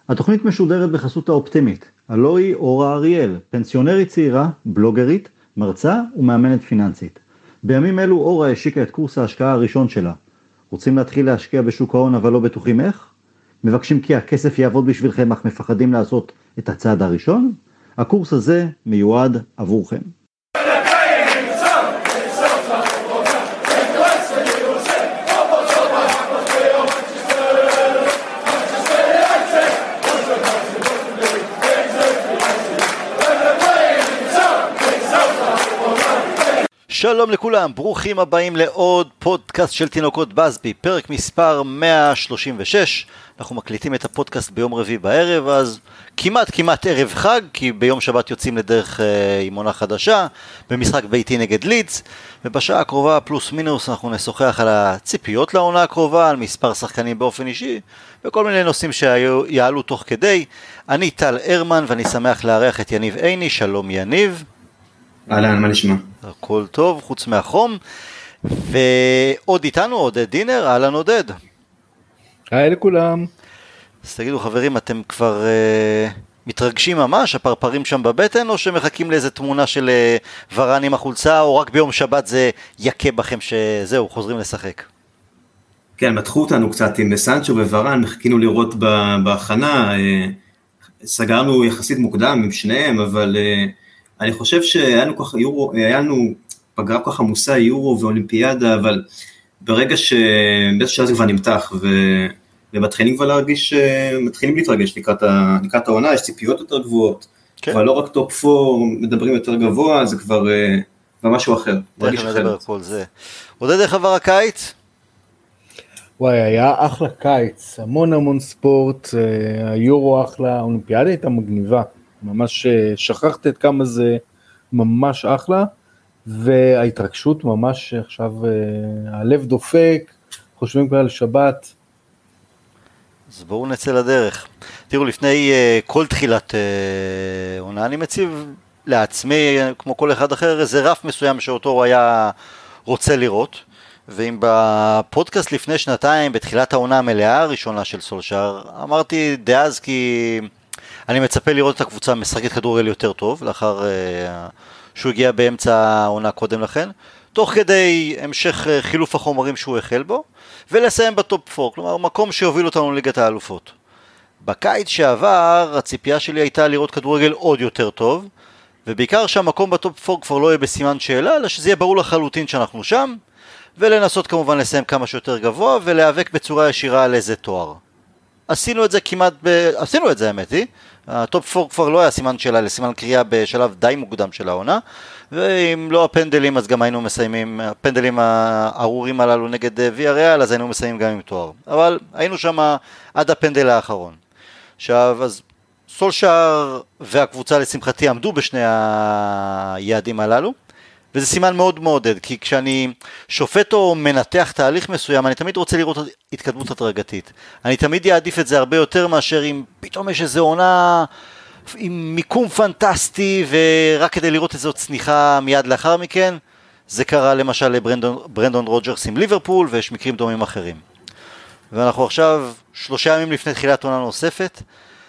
התוכנית משודרת בחסות האופטימית, הלוא היא אורה אריאל, פנסיונרית צעירה, בלוגרית, מרצה ומאמנת פיננסית. בימים אלו אורה השיקה את קורס ההשקעה הראשון שלה. רוצים להתחיל להשקיע בשוק ההון אבל לא בטוחים איך? מבקשים כי הכסף יעבוד בשבילכם אך מפחדים לעשות את הצעד הראשון? הקורס הזה מיועד עבורכם. שלום לכולם, ברוכים הבאים לעוד פודקאסט של תינוקות בסבי, פרק מספר 136. אנחנו מקליטים את הפודקאסט ביום רביעי בערב, אז כמעט ערב חג, כי ביום שבת יוצאים לדרך עם עונה חדשה, במשחק ביתי נגד לידס, ובשעה הקרובה פלוס מינוס אנחנו נשוחח על הציפיות לעונה הקרובה, על מספר שחקנים באופן אישי, וכל מיני נושאים שיעלו תוך כדי. אני טל הרמן ואני שמח לארח את יניב עיני. שלום יניב. אהלן, מה נשמע? הכל טוב, חוץ מהחום. ועוד איתנו, עודד דינר. אהלן עודד. היי לכולם. אז תגידו חברים, אתם כבר מתרגשים ממש, הפרפרים שם בבטן, או שמחכים לאיזה תמונה של ורן עם החולצה, או רק ביום שבת זה יקה בכם שזהו, חוזרים לשחק? כן, מתחו אותנו קצת עם סנצ'ו וורן, מחכינו לראות בהכנה, סגרנו יחסית מוקדם עם שניהם, אבל אני חושב שהיה לנו פגרה ככה מושא יורו ואולימפיאדה, אבל ברגע שזה כבר נמתח, ומתחילים כבר להרגיש, מתחילים להתרגש לקראת העונה, יש ציפיות יותר גבוהות, אבל לא רק טופ 4, מדברים יותר גבוה, זה כבר משהו אחר. עודד, איך עבר הקיץ? וואי, היה אחלה קיץ, המון ספורט, היורו אחלה, האולימפיאדה הייתה מגניבה. ממש שכחת את כמה זה ממש אחלה, וההתרגשות ממש עכשיו, הלב דופק, חושבים כבר על שבת. אז בואו נצא לדרך. תראו, לפני כל תחילת עונה, אני מציב לעצמי, כמו כל אחד אחר, איזה רף מסוים שאותו הוא היה רוצה לראות, ואם בפודקאסט לפני שנתיים, בתחילת העונה המלאה הראשונה של סולשר, אמרתי דאז כי אני מצפה לראות את הקבוצה משחקת כדורגל יותר טוב, לאחר שהוא הגיע באמצע העונה קודם לכן, תוך כדי המשך חילוף החומרים שהוא החל בו, ולסיים בטופ 4, כלומר מקום שיוביל אותנו לליגת האלופות. בקיץ שעבר, הציפייה שלי הייתה לראות כדורגל עוד יותר טוב, ובעיקר שהמקום בטופ 4 כבר לא יהיה בסימן שאלה, אלא שזה יהיה ברור לחלוטין שאנחנו שם, ולנסות כמובן לסיים כמה שיותר גבוה, ולהיאבק בצורה ישירה על איזה תואר. עשינו את זה עשינו את זה האמת היא, הטופ 4 כבר לא היה סימן שאלה, לסימן קריאה בשלב די מוקדם של העונה, ואם לא הפנדלים אז גם היינו מסיימים, הפנדלים הארורים הללו נגד ויאריאל, אז היינו מסיימים גם עם תואר, אבל היינו שם עד הפנדל האחרון. עכשיו, אז סולשר והקבוצה לשמחתי עמדו בשני היעדים הללו, וזה סימן מאוד מעודד, כי כשאני שופט או מנתח תהליך מסוים, אני תמיד רוצה לראות התקדמות הדרגתית. אני תמיד יעדיף את זה הרבה יותר מאשר אם פתאום יש איזו עונה עם מיקום פנטסטי, ורק כדי לראות איזו צניחה מיד לאחר מכן. זה קרה למשל לברנדון רוג'רס עם ליברפול, ויש מקרים דומים אחרים. ואנחנו עכשיו 3 ימים לפני תחילת עונה נוספת,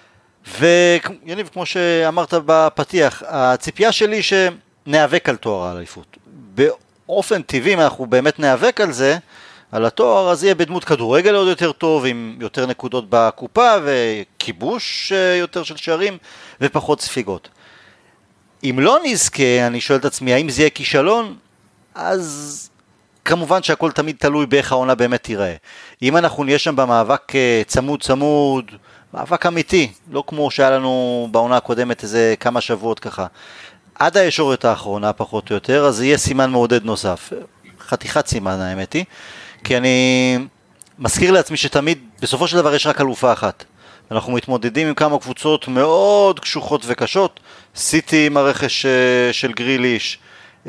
ויניב, כמו שאמרת בפתיח, הציפייה שלי נאבק על תואר האליפות. באופן טבעי, אם אנחנו באמת נאבק על זה, על התואר, אז יהיה בדמות כדורגל עוד יותר טוב, עם יותר נקודות בקופה, וכיבוש יותר של שערים, ופחות ספיגות. אם לא נזכה, אני שואל את עצמי, האם זה יהיה כישלון? אז כמובן שהכל תמיד תלוי באיך העונה באמת תיראה. אם אנחנו נהיה שם במאבק צמוד, מאבק אמיתי, לא כמו שהיה לנו בעונה הקודמת איזה כמה שבועות ככה, עד הישורת האחרונה פחות או יותר, אז יהיה סימן מעודד נוסף. חתיכת סימן האמת היא, כי אני מזכיר לעצמי שתמיד בסופו של דבר יש רק אלופה אחת. אנחנו מתמודדים עם כמה קבוצות מאוד קשוחות וקשות, סיטי עם הרכש של גריליש,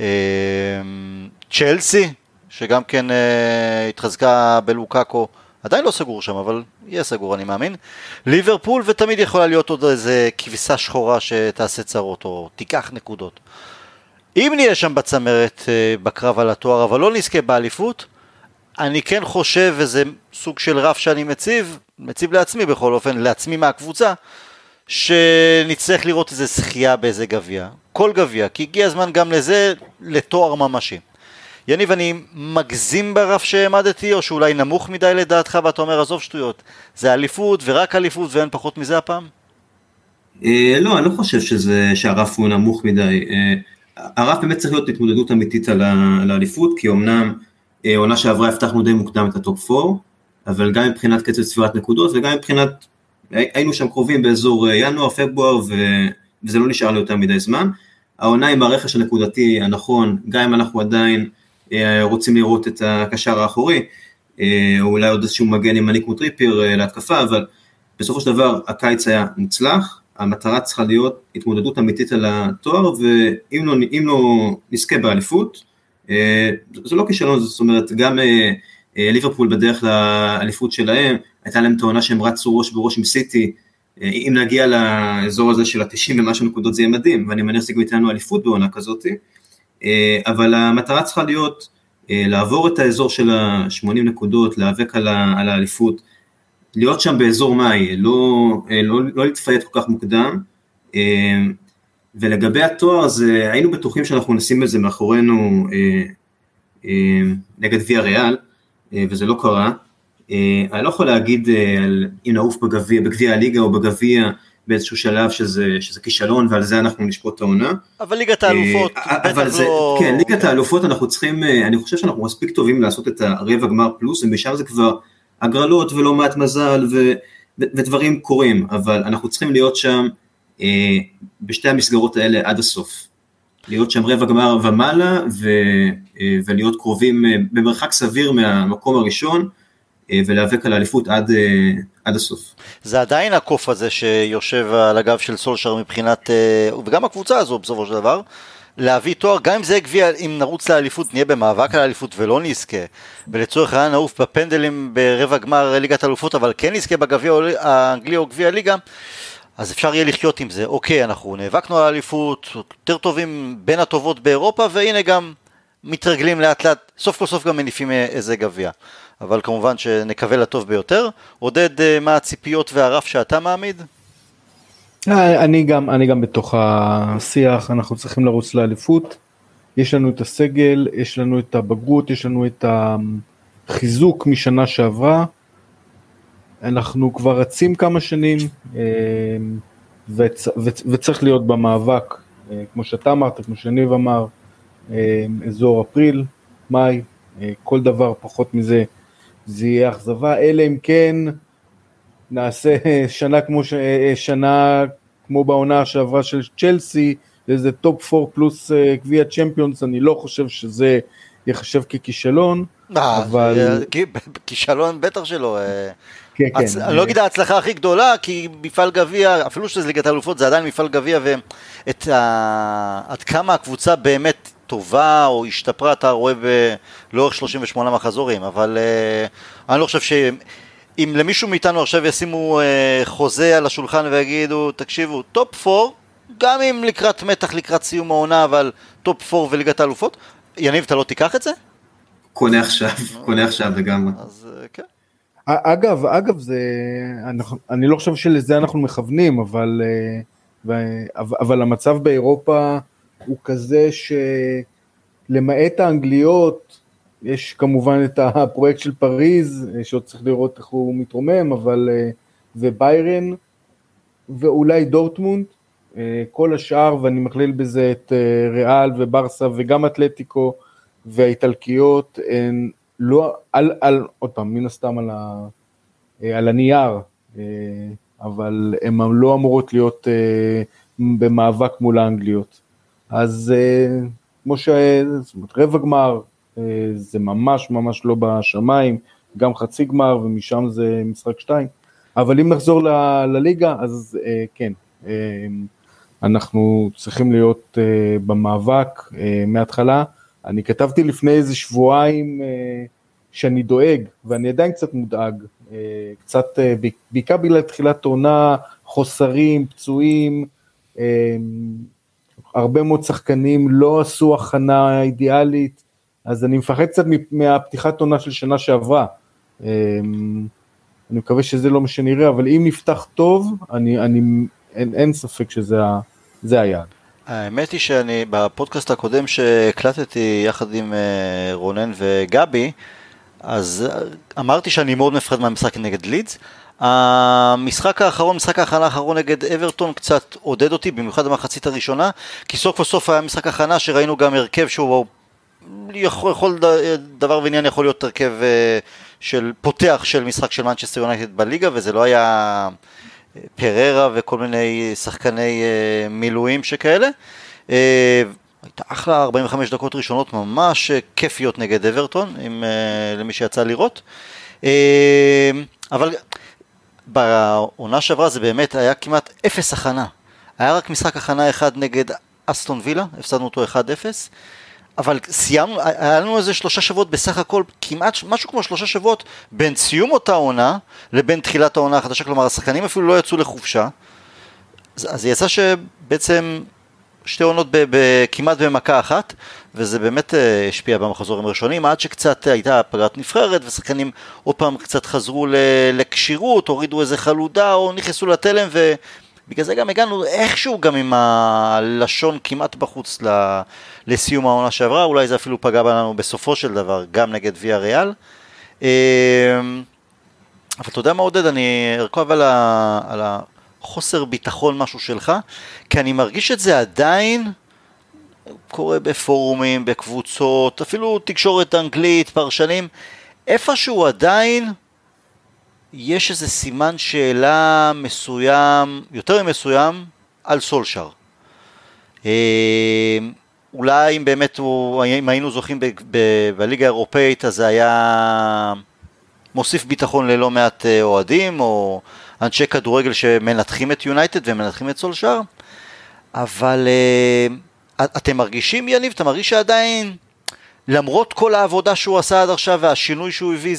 צ'לסי, שגם כן התחזקה בלוקאקו, עדיין לא סגור שם, אבל יהיה סגור אני מאמין, ליברפול, ותמיד יכולה להיות עוד איזה כביסה שחורה שתעשה צרות או תיקח נקודות. אם נהיה שם בצמרת בקרב על התואר, אבל לא נזכה באליפות, אני כן חושב, וזה סוג של רף שאני מציב, מציב לעצמי בכל אופן, לעצמי מהקבוצה, שנצטרך לראות איזה שחייה באיזה גביע, כל גביע, כי הגיע הזמן גם לזה, לתואר ממשי. יניב, אני מגזים ברף שהעמדתי, או שאולי נמוך מדי לדעתך, ואתה אומר, עזוב שטויות, זה אליפות ורק אליפות ואין פחות מזה הפעם? לא, אני לא חושב שהרף הוא נמוך מדי. הרף באמת צריך להיות התמודדות אמיתית על האליפות, כי אמנם עונה שעברה הבטחנו די מוקדם את הטופ 4, אבל גם מבחינת קצב ספירת נקודות, וגם מבחינת, היינו שם קרובים באזור ינואר, פברואר, וזה לא נשאר לי יותר מדי זמן. העונה עם הרכש הנקודתי הנכון, גם אם אנחנו עדיין רוצים לראות את הקשר האחורי, או אולי עוד איזשהו מגן עם מניק מוטריפיר להתקפה, אבל בסופו של דבר הקיץ היה מוצלח, המטרה צריכה להיות התמודדות אמיתית על התואר, ואם לא נזכה באליפות, זה לא כישלון, זאת אומרת, גם ליברפול בדרך לאליפות שלהם, הייתה להם טעונה שהם רצו ראש בראש עם סיטי, אם נגיע לאזור הזה של ה-90 ומשהו נקודות זה יהיה מדהים, ואני מניח שגם איתנו אליפות בעונה כזאת, אבל המטרה צריכה להיות לעבור את האזור של ה-80 נקודות, להיאבק על האליפות, להיות שם באזור מאי, לא להתפייט כל כך מוקדם, ולגבי התואר, היינו בטוחים שאנחנו נשים את זה מאחורינו נגד ויה ריאל, וזה לא קרה. אני לא יכול להגיד אם נעוף בגביע הליגה או בגביע באיזשהו שלב שזה כישלון, ועל זה אנחנו נשפוט את העונה. אבל ליגת האלופות, בטח לא... כן, ליגת האלופות אנחנו צריכים, אני חושב שאנחנו מספיק טובים לעשות את הרבע גמר פלוס, ומשם זה כבר הגרלות ולא מעט מזל, ודברים קורים, אבל אנחנו צריכים להיות שם בשתי המסגרות האלה עד הסוף. להיות שם רבע גמר ומעלה, ולהיות קרובים במרחק סביר מהמקום הראשון, ולהיאבק על האליפות עד הסוף. זה עדיין הקוף הזה שיושב על הגב של סולשר מבחינת, וגם הקבוצה הזו בסופו של דבר, להביא תואר, גם אם זה גביע, אם נרוץ לאליפות, נהיה במאבק על האליפות ולא נזכה, ולצורך היה נעוף בפנדלים ברבע גמר ליגת האלופות, אבל כן נזכה בגביע האנגלי או גביע הליגה, אז אפשר יהיה לחיות עם זה. אוקיי, אנחנו נאבקנו על האליפות, יותר טובים בין הטובות באירופה, והנה גם מתרגלים לאט לאט, סוף כל סוף גם מניפים איזה גביע. אבל כמובן שנקווה לטוב ביותר. עודד, מה הציפיות והרף שאתה מעמיד? אני גם בתוך השיח, אנחנו צריכים לרוץ לאליפות, יש לנו את הסגל, יש לנו את הבגרות, יש לנו את החיזוק משנה שעברה, אנחנו כבר רצים כמה שנים, וצריך להיות במאבק, כמו שאתה אמרת, כמו שניב אמר, אזור אפריל, מאי, כל דבר פחות מזה, זה יהיה אכזבה, אלא אם כן נעשה שנה כמו בעונה שעברה של צ'לסי, איזה טופ 4 פלוס גביע צ'מפיונס, אני לא חושב שזה יחשב ככישלון, אבל... כישלון בטח שלא. אני לא אגיד ההצלחה הכי גדולה, כי מפעל גביע, אפילו שזה ליגת האלופות, זה עדיין מפעל גביע, ועד כמה הקבוצה באמת טובה או השתפרה, אתה רואה לאורך 38 מחזורים, אבל אני לא חושב שאם למישהו מאיתנו עכשיו ישימו חוזה על השולחן ויגידו, תקשיבו, טופ 4, גם אם לקראת מתח, לקראת סיום העונה, אבל טופ 4 וליגת האלופות, יניב, אתה לא תיקח את זה? קונה עכשיו לגמרי. אז כן. אגב, אני לא חושב שלזה אנחנו מכוונים, אבל המצב באירופה הוא כזה שלמעט האנגליות, יש כמובן את הפרויקט של פריז, שעוד צריך לראות איך הוא מתרומם, וביירן, ואולי דורטמונד, כל השאר, ואני מכליל בזה את ריאל וברסה, וגם אתלטיקו, והאיטלקיות, הן לא, עוד פעם, מן הסתם על הנייר, אבל הן לא אמורות להיות במאבק מול האנגליות. אז כמו רבע גמר, זה ממש ממש לא בשמיים, גם חצי גמר, ומשם זה משחק 2. אבל אם נחזור לליגה, אז כן, אנחנו צריכים להיות במאבק מההתחלה. אני כתבתי לפני איזה שבועיים שאני דואג, ואני עדיין קצת מודאג, קצת בעיקר בגלל תחילת עונה, חוסרים, פצועים, הרבה מאוד שחקנים לא עשו הכנה אידיאלית, אז אני מפחד קצת מהפתיחת עונה של שנה שעברה, אני מקווה שזה לא מה שנראה, אבל אם נפתח טוב, אין ספק שזה היעד. האמת היא שאני בפודקאסט הקודם שהקלטתי יחד עם רונן וגבי, אז אמרתי שאני מאוד מפחד מהמשחק נגד לידס. המשחק האחרון, משחק ההכנה האחרון נגד אברטון קצת עודד אותי, במיוחד במחצית הראשונה, כי סוף וסוף היה משחק הכנה שראינו גם הרכב שהוא יכול דבר ועניין יכול להיות הרכב של פותח של משחק של מנצ'סטר יונייטד בליגה, וזה לא היה פררה וכל מיני שחקני מילואים שכאלה. הייתה אחלה 45 דקות ראשונות ממש כיפיות נגד אברטון, למי שיצא לראות. אבל בעונה שעברה זה באמת היה כמעט אפס הכנה. היה רק משחק הכנה אחד נגד אסטון וילה, הפסדנו אותו 1-0, אבל סיימנו, היה לנו איזה 3 שבועות בסך הכל, כמעט משהו כמו 3 שבועות בין סיום אותה עונה לבין תחילת העונה החדשה, כלומר השחקנים אפילו לא יצאו לחופשה, אז יצא שבעצם 2 עונות כמעט במכה אחת, וזה באמת השפיע במחזורים הראשונים, עד שקצת הייתה פגרת נבחרת, ושחקנים עוד פעם קצת חזרו לקשירות, הורידו איזה חלודה, או נכנסו לתלם, ובגלל זה גם הגענו איכשהו גם עם הלשון כמעט בחוץ לסיום העונה שעברה, אולי זה אפילו פגע בנו בסופו של דבר, גם נגד ויה ריאל. אבל אתה יודע מה עודד, אני ארכוב על החוסר ביטחון משהו שלך, כי אני מרגיש את זה עדיין קורה בפורומים, בקבוצות, אפילו תקשורת אנגלית, פרשנים, איפשהו עדיין יש איזה סימן שאלה מסוים, יותר מסוים, על סולשר. אולי אם באמת, אם היינו זוכים בליגה האירופאית, אז זה היה מוסיף ביטחון ללא מעט אוהדים, או אנשי כדורגל שמנתחים את יונייטד ומנתחים את סולשר, אבל אתם מרגישים, יניב, אתה מרגיש שעדיין, למרות כל העבודה שהוא עשה עד עכשיו והשינוי שהוא הביא,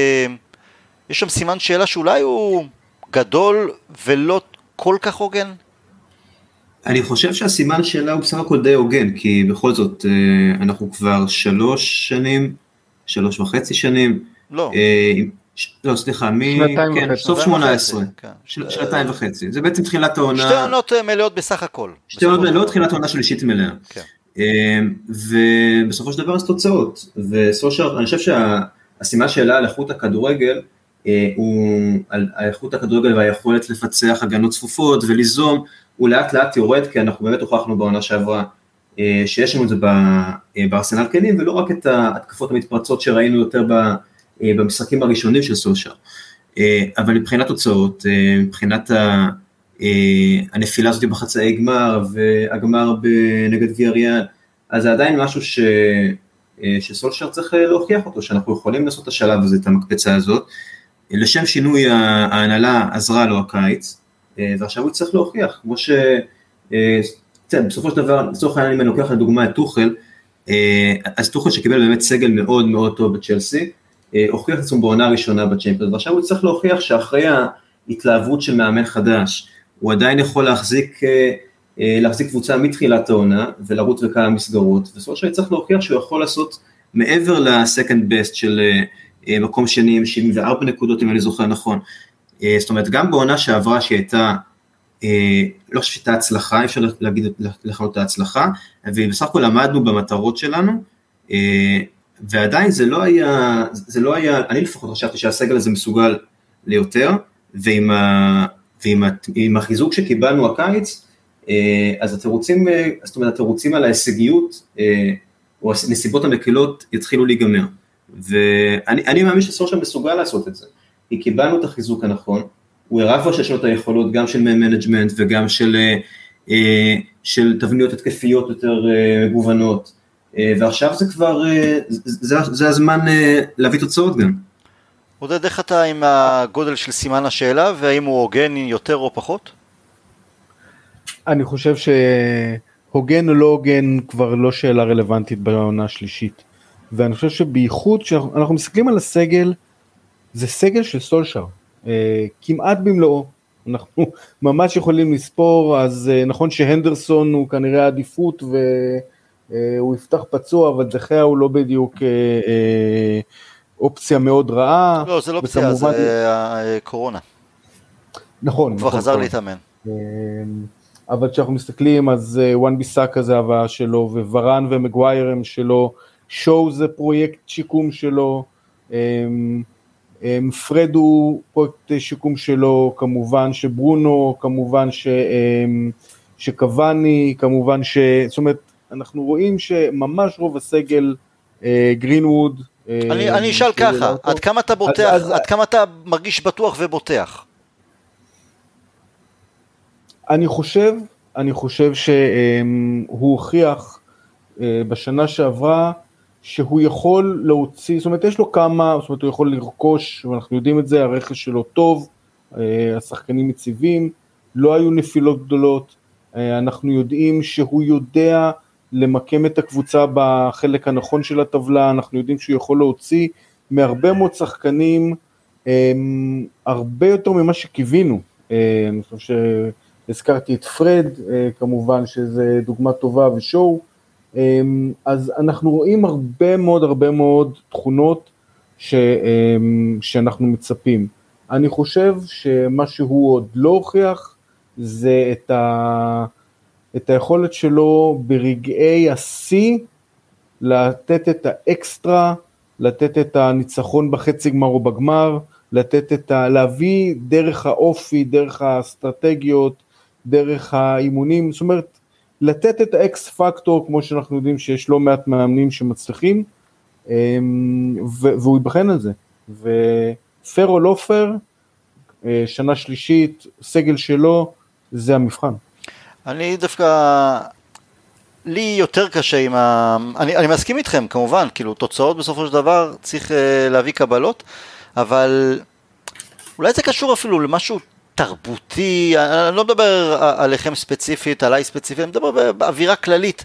יש שם סימן שאלה שאולי הוא גדול ולא כל כך הוגן? אני חושב שהסימן שאלה הוא בסך הכל די הוגן, כי בכל זאת אנחנו כבר 3 שנים, 3.5 שנים, לא, סליחה, סוף 18, 2.5, זה בעצם תחילת העונה. 2 עונות מלאות בסך הכל. 2 עונות מלאות, תחילת העונה שלישית מלאה. ובסופו של דבר זה תוצאות, וסושר, אני חושב שהסימן שאלה על איכות הכדורגל, הוא על איכות הכדורגל והיכולת לפצח הגנות צפופות וליזום, הוא לאט לאט יורד, כי אנחנו באמת הוכחנו בעונה שעברה, שיש לנו את זה בארסנל כלים, ולא רק את ההתקפות המתפרצות שראינו יותר במשחקים הראשונים של סושר, אבל מבחינת תוצאות, מבחינת הנפילה הזאת בחצאי גמר, והגמר נגד ויה ריאל, אז זה עדיין משהו שסולשר צריך להוכיח אותו, שאנחנו יכולים לעשות את השלב הזה, את המקפצה הזאת, לשם שינוי ההנהלה עזרה לו הקיץ, ועכשיו הוא צריך להוכיח, כמו בסופו של דבר, לצורך העניין אם אני לוקח לדוגמה את טוחל, אז טוחל שקיבל באמת סגל מאוד מאוד טוב בצ'לסי, הוכיח את עצמו בעונה הראשונה בצ'מפיונס, ועכשיו הוא צריך להוכיח שאחרי ההתלהבות של מאמן חדש, הוא עדיין יכול להחזיק קבוצה מתחילת העונה, ולרוץ בכמה מסגרות, וסולשר צריך להוכיח שהוא יכול לעשות מעבר לסקנד בסט של מקום שני עם 74 נקודות, אם אני זוכר נכון. זאת אומרת, גם בעונה שעברה שהייתה, לא חושב שהייתה הצלחה, אפשר להגיד לכנות את ההצלחה, ובסך הכל למדנו במטרות שלנו, ועדיין זה לא היה, אני לפחות חשבתי שהסגל הזה מסוגל ליותר, ועם החיזוק שקיבלנו הקיץ, אז התירוצים על ההישגיות, או הנסיבות המקלות יתחילו להיגמר. ואני מאמין שסולשר מסוגל לעשות את זה, כי קיבלנו את החיזוק הנכון, הוא הראה כבר שיש לו את היכולות גם של מנג'מנט וגם של תבניות התקפיות יותר מגוונות, ועכשיו זה כבר, זה הזמן להביא תוצאות גם. עודד, איך אתה עם הגודל של סימן השאלה, והאם הוא הוגן יותר או פחות? אני חושב שהוגן או לא הוגן כבר לא שאלה רלוונטית בעונה השלישית. ואני חושב שבייחוד שאנחנו מסתכלים על הסגל, זה סגל של סולשר, כמעט במלואו, אנחנו ממש יכולים לספור, אז נכון שהנדרסון הוא כנראה עדיפות, והוא יפתח פצוע, אבל דחיה הוא לא בדיוק אופציה מאוד רעה. לא, זה לא אופציה, זה קורונה. נכון. כבר חזר להתאמן. אבל כשאנחנו מסתכלים, אז וואן ביסאקה זה הבאה שלו, וורן ומגווייר הם שלו, שואו זה פרויקט שיקום שלו, פרד הוא פרויקט שיקום שלו, כמובן שברונו, כמובן שקוואני, כמובן זאת אומרת, אנחנו רואים שממש רוב הסגל, גרינווד. אני אשאל ככה, עד כמה אתה בוטח, עד כמה אתה מרגיש בטוח ובוטח? אני חושב שהוא הוכיח בשנה שעברה שהוא יכול להוציא, זאת אומרת יש לו כמה, זאת אומרת הוא יכול לרכוש, ואנחנו יודעים את זה, הרכש שלו טוב, השחקנים יציבים, לא היו נפילות גדולות, אנחנו יודעים שהוא יודע למקם את הקבוצה בחלק הנכון של הטבלה, אנחנו יודעים שהוא יכול להוציא מהרבה מאוד שחקנים, הרבה יותר ממה שקיווינו, אני חושב הזכרתי את פרד, כמובן שזה דוגמה טובה ושואו, אז אנחנו רואים הרבה מאוד תכונות שאנחנו מצפים. אני חושב שמה שהוא עוד לא הוכיח, זה את היכולת שלו ברגעי השיא, לתת את האקסטרה, לתת את הניצחון בחצי גמר או בגמר, להביא דרך האופי, דרך האסטרטגיות, דרך האימונים, זאת אומרת, לתת את האקס פקטור, כמו שאנחנו יודעים שיש לא מעט מאמנים שמצליחים, והוא יבחן על זה. ופייר או לא פייר, שנה שלישית, סגל שלו, זה המבחן. אני דווקא, לי יותר קשה עם אני מסכים איתכם, כמובן, כאילו, תוצאות בסופו של דבר, צריך להביא קבלות, אבל אולי זה קשור אפילו למשהו תרבותי, אני לא מדבר עליכם ספציפית, עליי ספציפית, אני מדבר באווירה כללית.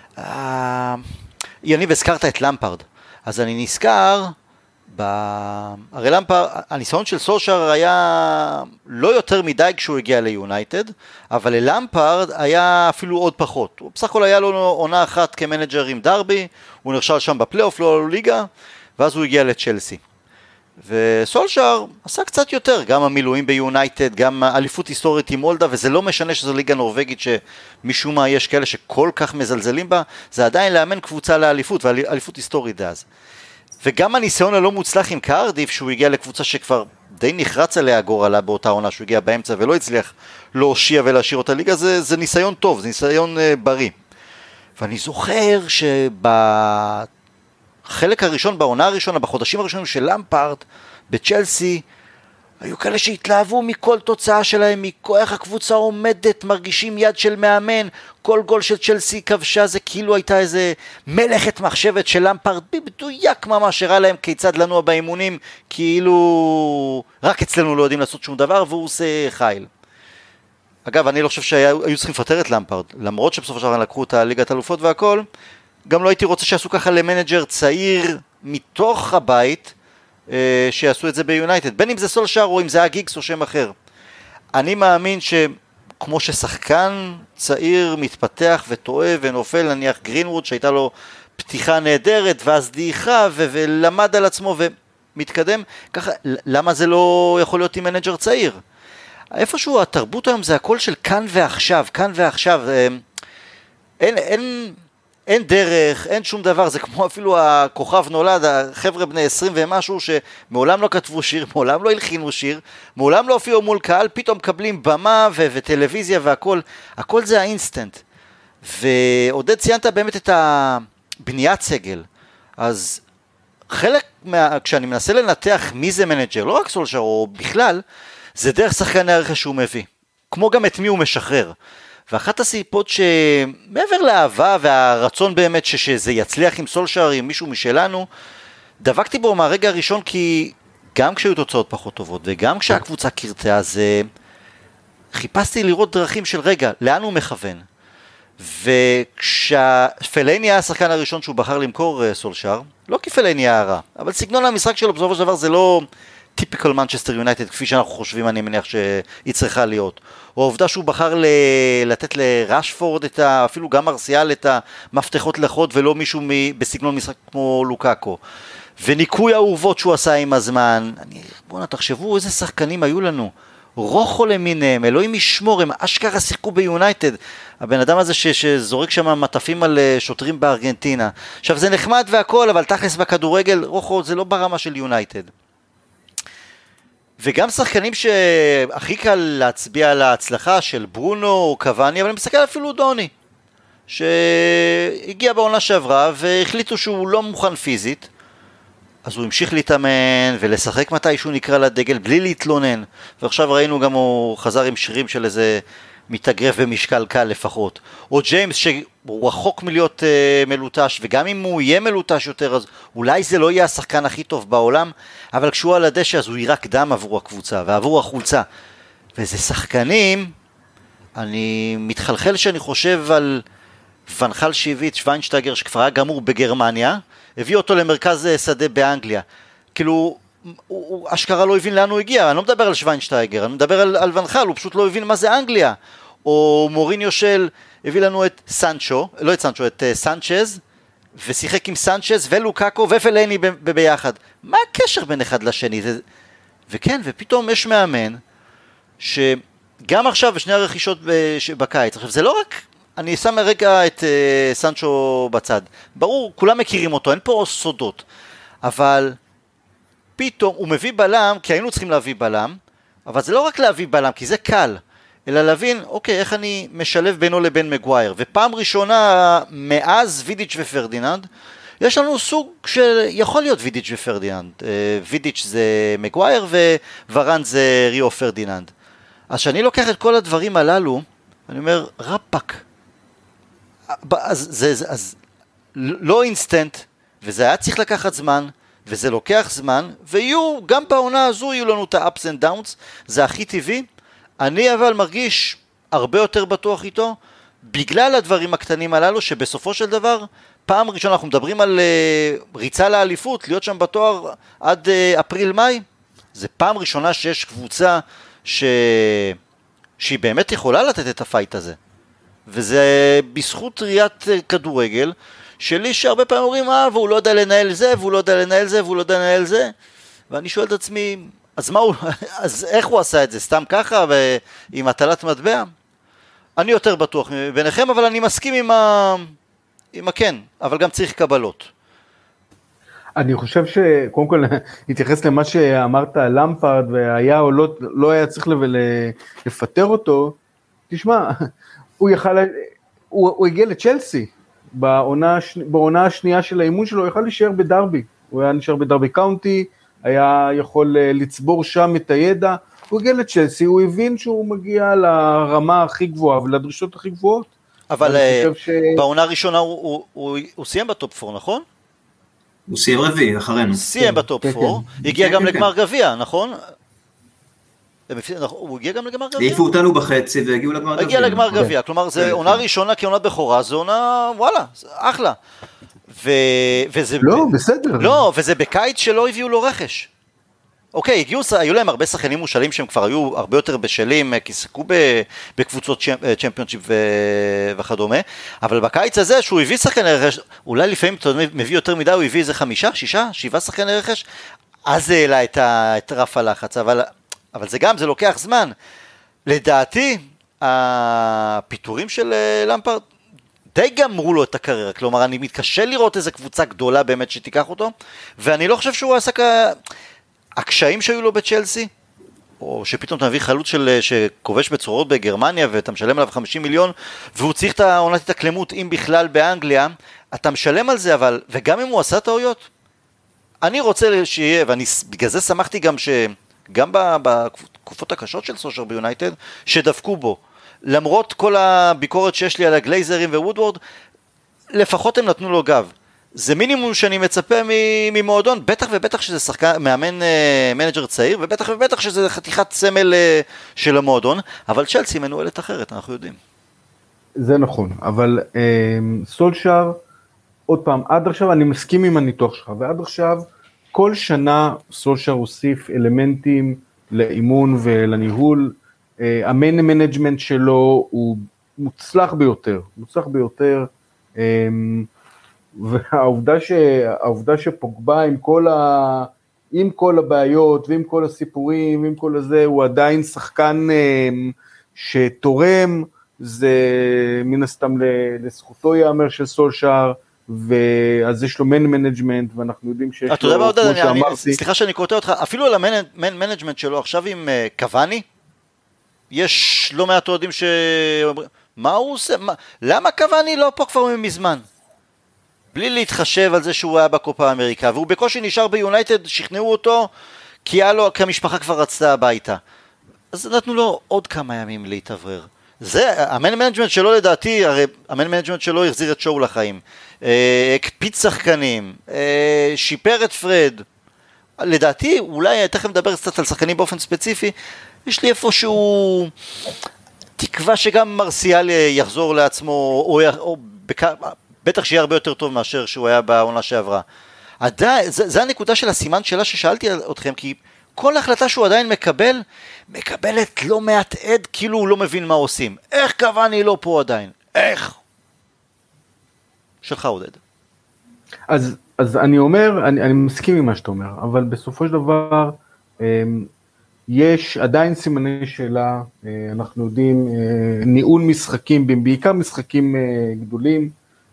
יניב, הזכרת את למפרד, אז אני נזכר, הרי למפרד, הניסיון של סולשר היה לא יותר מדי כשהוא הגיע ליונייטד, אבל ללמפרד היה אפילו עוד פחות. הוא בסך הכל היה לו עונה אחת כמנג'ר עם דרבי, הוא נרשל שם בפלייאוף, לא ליגה, ואז הוא הגיע לצ'לסי. וסולשר עשה קצת יותר, גם המילואים ביונייטד, גם אליפות היסטורית עם מולדה, וזה לא משנה שזו ליגה נורווגית שמשום מה יש כאלה שכל כך מזלזלים בה, זה עדיין לאמן קבוצה לאליפות, ואליפות היסטורית אז. וגם הניסיון הלא מוצלח עם קרדיף, שהוא הגיע לקבוצה שכבר די נחרץ עליה גורלה באותה עונה, שהוא הגיע באמצע ולא הצליח להושיע ולהשאיר אותה ליגה, זה ניסיון טוב, זה ניסיון בריא. ואני זוכר חלק הראשון, בעונה הראשונה, בחודשים הראשונים של למפרד, בצ'לסי, היו כאלה שהתלהבו מכל תוצאה שלהם, איך הקבוצה עומדת, מרגישים יד של מאמן, כל גול של צ'לסי כבשה, זה כאילו הייתה איזה מלאכת מחשבת של למפרד, בדויק ממש הראה להם כיצד לנו באימונים, כאילו רק אצלנו לא יודעים לעשות שום דבר, והוא עושה חייל. אגב, אני לא חושב שהיו צריכים לפטר את למפרד, למרות שבסופו של דבר לקחו את הליגת אלופות והכל, גם לא הייתי רוצה שיעשו ככה למנג'ר צעיר מתוך הבית, שיעשו את זה ביונייטד, בין אם זה סולשר או אם זה הגיגס או שם אחר. אני מאמין שכמו ששחקן צעיר מתפתח וטועה ונופל, נניח גרינווד שהייתה לו פתיחה נהדרת ואז דעיכה ולמד על עצמו ומתקדם, ככה, למה זה לא יכול להיות עם מנג'ר צעיר? איפשהו התרבות היום זה הכל של כאן ועכשיו, כאן ועכשיו, אין דרך, אין שום דבר, זה כמו אפילו הכוכב נולד, החבר'ה בני 20 ומשהו שמעולם לא כתבו שיר, מעולם לא הלחינו שיר, מעולם לא הופיעו מול קהל, פתאום מקבלים במה וטלוויזיה והכל, הכל זה האינסטנט. ועודד ציינת באמת את הבניית סגל, אז חלק כשאני מנסה לנתח מי זה מנג'ר, לא רק סולשר או בכלל, זה דרך שחקני הרכש שהוא מביא, כמו גם את מי הוא משחרר. ואחת הסיפות שמעבר לאהבה והרצון באמת שזה יצליח עם סולשר, עם מישהו משלנו, דבקתי בו מהרגע הראשון, כי גם כשהיו תוצאות פחות טובות וגם כשהקבוצה קרתה, אז חיפשתי לראות דרכים של רגע, לאן הוא מכוון. וכשפלייני היה השחקן הראשון שהוא בחר למכור סולשר, לא כי פלייני היה רע, אבל סגנון המשחק שלו בסופו של דבר זה לא טיפיקל מנצ'סטר יונייטד, כפי שאנחנו חושבים, אני מניח שהיא צריכה להיות. או העובדה שהוא בחר לתת לרשפורד אפילו גם מרסיאל את המפתחות לחוד, ולא מישהו בסגנון משחק כמו לוקאקו. וניקוי האורוות שהוא עשה עם הזמן. בואו תחשבו איזה שחקנים היו לנו, רוחו למיניהם, אלוהים ישמור, הם אשכרה שיחקו ביונייטד, הבן אדם הזה שזורק שם מטפים על שוטרים בארגנטינה. עכשיו זה נחמד והכל, אבל תכלס בכדורגל, רוחו זה לא ברמה של יונייטד. וגם שחקנים שהכי קל להצביע על ההצלחה של ברונו או קוואני, אבל אני מסתכל אפילו דוני, שהגיע בעונה שעברה והחליטו שהוא לא מוכן פיזית, אז הוא המשיך להתאמן ולשחק מתי שהוא נקרא לדגל בלי להתלונן, ועכשיו ראינו גם הוא חזר עם שירים של איזה מתאגרף במשקל קל לפחות, או ג'יימס שהוא רחוק מלהיות מלוטש, וגם אם הוא יהיה מלוטש יותר אז אולי זה לא יהיה השחקן הכי טוב בעולם, אבל כשהוא על הדשא אז הוא יירק דם עבור הקבוצה ועבור החולצה, וזה שחקנים, אני מתחלחל שאני חושב על ונחל שיבית שוויינשטייגר שכבר היה גמור בגרמניה, הביא אותו למרכז שדה באנגליה, כאילו הוא אשכרה לא הבין לאן הוא הגיע, אני לא מדבר על שוויינשטייגר, אני מדבר על ונחל, הוא פשוט לא הבין מה זה אנגליה, או מוריניו של הביא לנו את סנצ'ו, לא את סנצ'ו, את סנצ'ז, ושיחק עם סנצ'ז ולוקאקו ופלני ביחד, מה הקשר בין אחד לשני? וכן, ופתאום יש מאמן, שגם עכשיו בשני הרכישות בקיץ, עכשיו זה לא רק, אני שם רגע את סנצ'ו בצד, ברור, כולם מכירים אותו, אין פה סודות, אבל פתאום הוא מביא בלם, כי היינו צריכים להביא בלם, אבל זה לא רק להביא בלם, כי זה קל, אלא להבין, אוקיי, איך אני משלב בינו לבין מגווייר, ופעם ראשונה מאז וידיץ' ופרדיננד, יש לנו סוג שיכול להיות וידיץ' ופרדיננד, וידיץ' זה מגווייר וורן זה ריו פרדיננד, אז שאני לוקח את כל הדברים הללו, אני אומר, רפק, אז לא אינסטנט, וזה היה צריך לקחת זמן, וזה לוקח זמן, ויהיו, גם בעונה הזו יהיו לנו את ה-ups and downs, זה הכי טבעי, אני אבל מרגיש הרבה יותר בטוח איתו, בגלל הדברים הקטנים הללו, שבסופו של דבר, פעם ראשונה אנחנו מדברים על ריצה לאליפות, להיות שם בתואר עד אפריל-מאי, זה פעם ראשונה שיש קבוצה שהיא באמת יכולה לתת את הפייט הזה, וזה בזכות ראיית כדורגל, שלי שהרבה פעמים אומרים, והוא לא יודע לנהל זה, והוא לא יודע לנהל זה, והוא לא יודע לנהל זה, ואני שואל את עצמי, אז מה הוא, אז איך הוא עשה את זה? סתם ככה, עם הטלת מטבע? אני יותר בטוח ביניכם, אבל אני מסכים עם הכן, אבל גם צריך קבלות. אני חושב שקודם כל, התייחס למה שאמרת על למפרד, והיה או לא היה צריך לפטר אותו, תשמע, הוא הגיע לצ'לסי, בעונה השנייה של האימון שלו, הוא יכל להישאר בדרבי, הוא היה נשאר בדרבי קאונטי, היה יכול לצבור שם את הידע, הוא הגיע לצ'לסי, הוא הבין שהוא מגיע לרמה הכי גבוהה, ולדרישות הכי גבוהות. אבל בעונה הראשונה הוא סיים בטופ 4, נכון? הוא סיים רביעי, אחרינו. סיים בטופ 4, הגיע גם לגמר גביע, נכון? הוא הגיע גם לגמר גביע? העיפו אותנו בחצי והגיעו לגמר גביע. הגיע לגמר גביע, כלומר זה עונה ראשונה כעונת בכורה, זה עונה, וואלה, אחלה. לא, בסדר. לא, וזה בקיץ שלא הביאו לו רכש. אוקיי, היו להם הרבה שחקנים מושאלים שהם כבר היו הרבה יותר בשלים, כי שיחקו בקבוצות צ'מפיונשיפ וכדומה, אבל בקיץ הזה שהוא הביא שחקני רכש, אולי לפעמים אתה מביא יותר מדי, הוא הביא איזה 5, 6, 7 שחקני רכש, אז זה העלה את רף הלחץ, אבל זה גם, זה לוקח זמן. לדעתי, הפיטורים של למפרד די גמרו לו את הקריירה, כלומר אני מתקשה לראות איזה קבוצה גדולה באמת שתיקח אותו, ואני לא חושב שהוא עשה הקשיים שהיו לו בצ'לסי, או שפתאום אתה מביא חלוץ שכובש בצורות בגרמניה, ואתה משלם עליו 50 מיליון, והוא צריך את העונת התאקלמות, אם בכלל באנגליה, אתה משלם על זה, אבל, וגם אם הוא עשה טעויות, אני רוצה שיהיה, ואני בגלל זה שמחתי גם גם בתקופות הקשות של סושר ביונייטד, שדפקו בו, למרות כל הביקורת שיש לי על הגלייזרים ווודוורד, לפחות הם נתנו לו גב. זה מינימום שאני מצפה ממועדון, בטח ובטח שזה שחקן, מאמן מנג'ר צעיר, ובטח ובטח שזה חתיכת סמל של המועדון, אבל צ'לסי מנוהלת אחרת, אנחנו יודעים. זה נכון, אבל סולשר, עוד פעם, עד עכשיו, אני מסכים עם הניתוח שלך, ועד עכשיו, כל שנה סולשר הוסיף אלמנטים לאימון ולניהול, המנג'מנט שלו הוא מוצלח ביותר, והעובדה שפוגבה עם כל הבעיות ועם כל הסיפורים ועם כל הזה, הוא עדיין שחקן שתורם, זה מן הסתם לזכותו יאמר של סולשאר, ואז יש לו מנג'מנט, ואנחנו יודעים שיש אתה יודע מה לו, עוד, כמו שאמרתי. סליחה שאני קוטע אותך, אפילו על המנג'מנט שלו עכשיו עם קוואני, יש לא מעט אוהדים שאומרים, מה הוא עושה? למה קוואני לא פה כבר מזמן? בלי להתחשב על זה שהוא היה בקופה האמריקה, והוא בקושי נשאר ביונייטד, שכנעו אותו, כי המשפחה כבר רצתה הביתה. אז נתנו לו עוד כמה ימים להתאוורר. זה, המנג'מנט שלו לדעתי, הרי המנג'מנט שלו החזיר את שואו לחיים. הקפיץ שחקנים, שיפר את פרד. לדעתי, אולי תכף נדבר קצת על שחקנים באופן ספציפי, יש לי איפשהו תקווה שגם מרסיאל יחזור לעצמו, או בטח שיהיה הרבה יותר טוב מאשר שהוא היה בעונה שעברה. זה הנקודה של הסימן שלה ששאלתי אתכם, כי כל החלטה שהוא עדיין מקבלת לא מעט עד, כאילו הוא לא מבין מה עושים. איך קוואני לא פה עדיין? איך? שלך עודד. אז אני אומר, אני מסכים עם מה שאתה אומר, אבל בסופו של דבר, יש עדיין סימני שאלה, אנחנו יודעים, ניהול משחקים, בעיקר משחקים גדולים,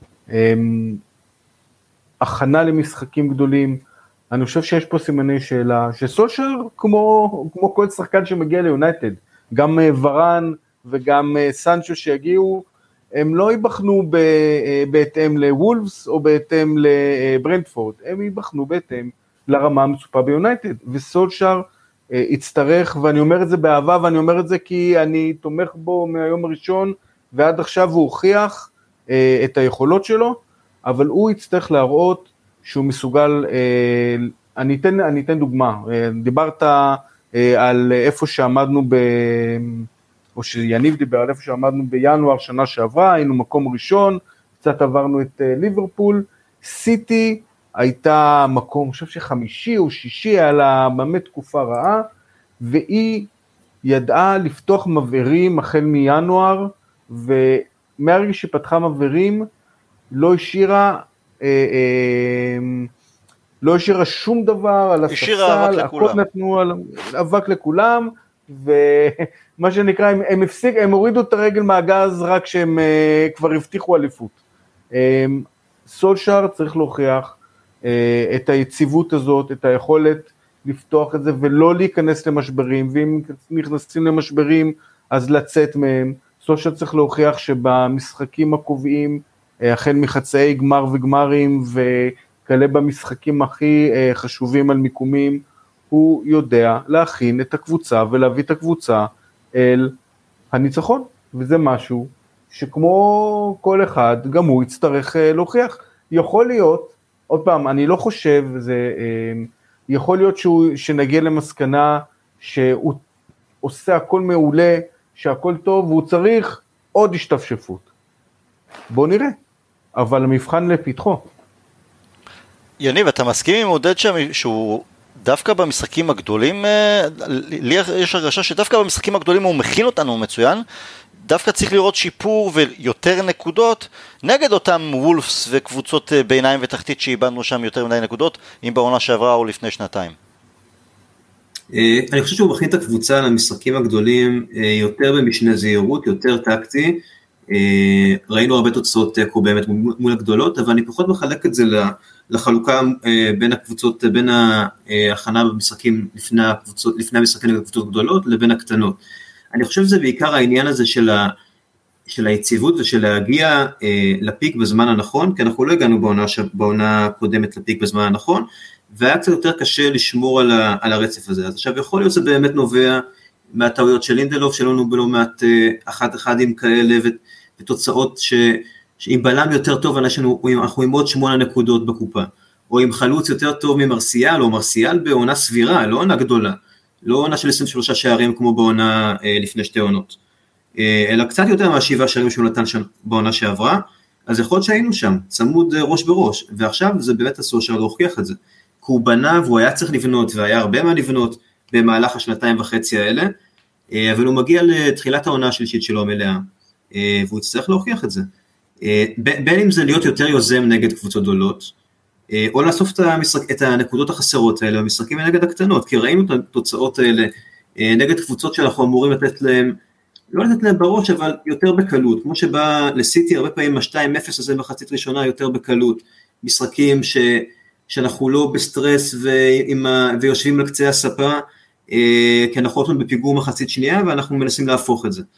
הכנה למשחקים גדולים, אני חושב שיש פה סימני שאלה, שסולשר כמו כל שחקן שמגיע ליונייטד, גם ורן וגם סנצ'ו שיגיעו, הם לא ייבחנו בהתאם לוולפס או בהתאם לברנטפורד, הם ייבחנו בהתאם לרמה המצופה ביונייטד, וסולשר יצטרך, ואני אומר את זה באהבה, ואני אומר את זה כי אני תומך בו מהיום הראשון, ועד עכשיו הוא הוכיח את היכולות שלו, אבל הוא יצטרך להראות שהוא מסוגל, אני אתן דוגמה, דיברת על איפה שעמדנו, או שיניב דיבר על איפה שעמדנו בינואר שנה שעברה, היינו מקום ראשון, קצת עברנו את ליברפול, סיטי הייתה מקום, אני חושב שחמישי או שישי, היה לה באמת תקופה רעה, והיא ידעה לפתוח מבערים החל מינואר, ומהרגע שפתחה מבערים, לא השאירה שום דבר על הספסל, הכל נתנו אבק לכולם, ומה שנקרא, הם הורידו את הרגל מהגז רק כשהם כבר הבטיחו אליפות. סולשאר צריך להוכיח את היציבות הזאת, את היכולת לפתוח את זה, ולא להיכנס למשברים, ואם נכנסים למשברים, אז לצאת מהם. סולשאר צריך להוכיח שבמשחקים הקובעים, החל מחצאי גמר וגמרים, וכאלה במשחקים הכי חשובים על מיקומים, הוא יודע להכין את הקבוצה, ולהביא את הקבוצה אל הניצחון, וזה משהו שכמו כל אחד, גם הוא יצטרך להוכיח. יכול להיות, עוד פעם, אני לא חושב, יכול להיות שנגיע למסקנה, שהוא עושה הכל מעולה, שהכל טוב, והוא צריך עוד השתפשפות. בוא נראה, אבל המבחן לפתחו. יניב, אתה מסכים עם עודד שהוא דווקא במשחקים הגדולים, לי יש הרגשה שדווקא במשחקים הגדולים הוא מכין אותנו מצוין, דווקא צריך לראות שיפור ויותר נקודות נגד אותם וולפס וקבוצות ביניים ותחתית שאיבדנו שם יותר מדי נקודות, אם בעונה שעברה או לפני שנתיים. אני חושב שהוא מכין את הקבוצה למשחקים הגדולים יותר במשנה זהירות, יותר טקטי, ראינו הרבה תוצאות תיקו באמת מול הגדולות, אבל אני פחות מחלק את זה לחלוקה בין הקבוצות, בין ההכנה במשחקים לפני המשחקים לקבוצות גדולות לבין הקטנות. אני חושב שזה בעיקר העניין הזה של היציבות ושל להגיע לפיק בזמן הנכון, כי אנחנו לא הגענו בעונה קודמת לפיק בזמן הנכון, והיה קצת יותר קשה לשמור על הרצף הזה. אז עכשיו יכול להיות שזה באמת נובע מהטעויות של לינדלוף, שלנו בלא מעט אחד-אחדים כאלה, ותוצאות שעם בלם יותר טוב, אנחנו עם עוד 8 נקודות בקופה, או עם חלוץ יותר טוב ממרסיאל, או מרסיאל בעונה סבירה, לא עונה גדולה, לא עונה של 23 שערים כמו בעונה לפני 2 עונות, אלא קצת יותר מה7 שערים שהוא נתן שם בעונה שעברה, אז יכול להיות שהיינו שם, צמוד ראש בראש, ועכשיו זה באמת הסושר להוכיח את זה, כי הוא בנה והוא היה צריך לבנות, והיה הרבה מה לבנות במהלך 2.5 האלה, אבל הוא מגיע לתחילת העונה השלישית שלו המלאה, והוא יצטרך להוכיח את זה. בין אם זה להיות יותר יוזם נגד קבוצות גדולות, או לאסוף את הנקודות החסרות האלה, המשחקים נגד הקטנות, כי ראינו את התוצאות האלה, נגד קבוצות שאנחנו אמורים לתת להם, לא לתת להם בראש, אבל יותר בקלות, כמו שבא לסיטי הרבה פעמים ה-2-0 הזה מחצית ראשונה יותר בקלות, משחקים שאנחנו לא בסטרס ויושבים על קצה הספה, כי אנחנו הולכים בפיגור מחצית שנייה, ואנחנו מנסים להפוך את זה.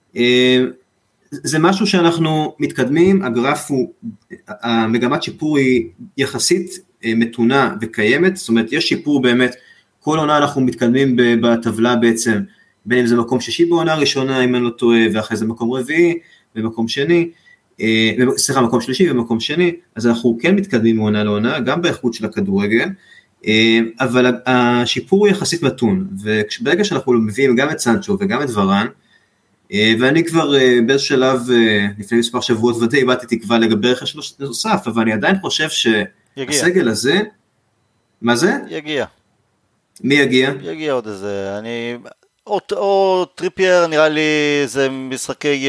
זה משהו שאנחנו מתקדמים, הגרף הוא, המגמת שיפור היא יחסית מתונה וקיימת, זאת אומרת יש שיפור באמת, כל עונה אנחנו מתקדמים בטבלה בעצם, בין אם זה מקום שישי בעונה ראשונה, אם אני לא טועה, ואחרי זה מקום רביעי, ומקום שני, מקום שלישי ומקום שני, אז אנחנו כן מתקדמים מעונה לעונה, גם באיכות של הכדורגל, אבל השיפור הוא יחסית מתון, וברגע שאנחנו מביאים גם את סנצ'ו וגם את ורן, ואני כבר באיזה שלב, לפני מספר שבועות ודי, איבדתי תקווה לגבי רכש נוסף, אבל אני עדיין חושב שהסגל הזה, מה זה? יגיע. מי יגיע? יגיע עוד איזה, או טריפייר, נראה לי זה משחקי,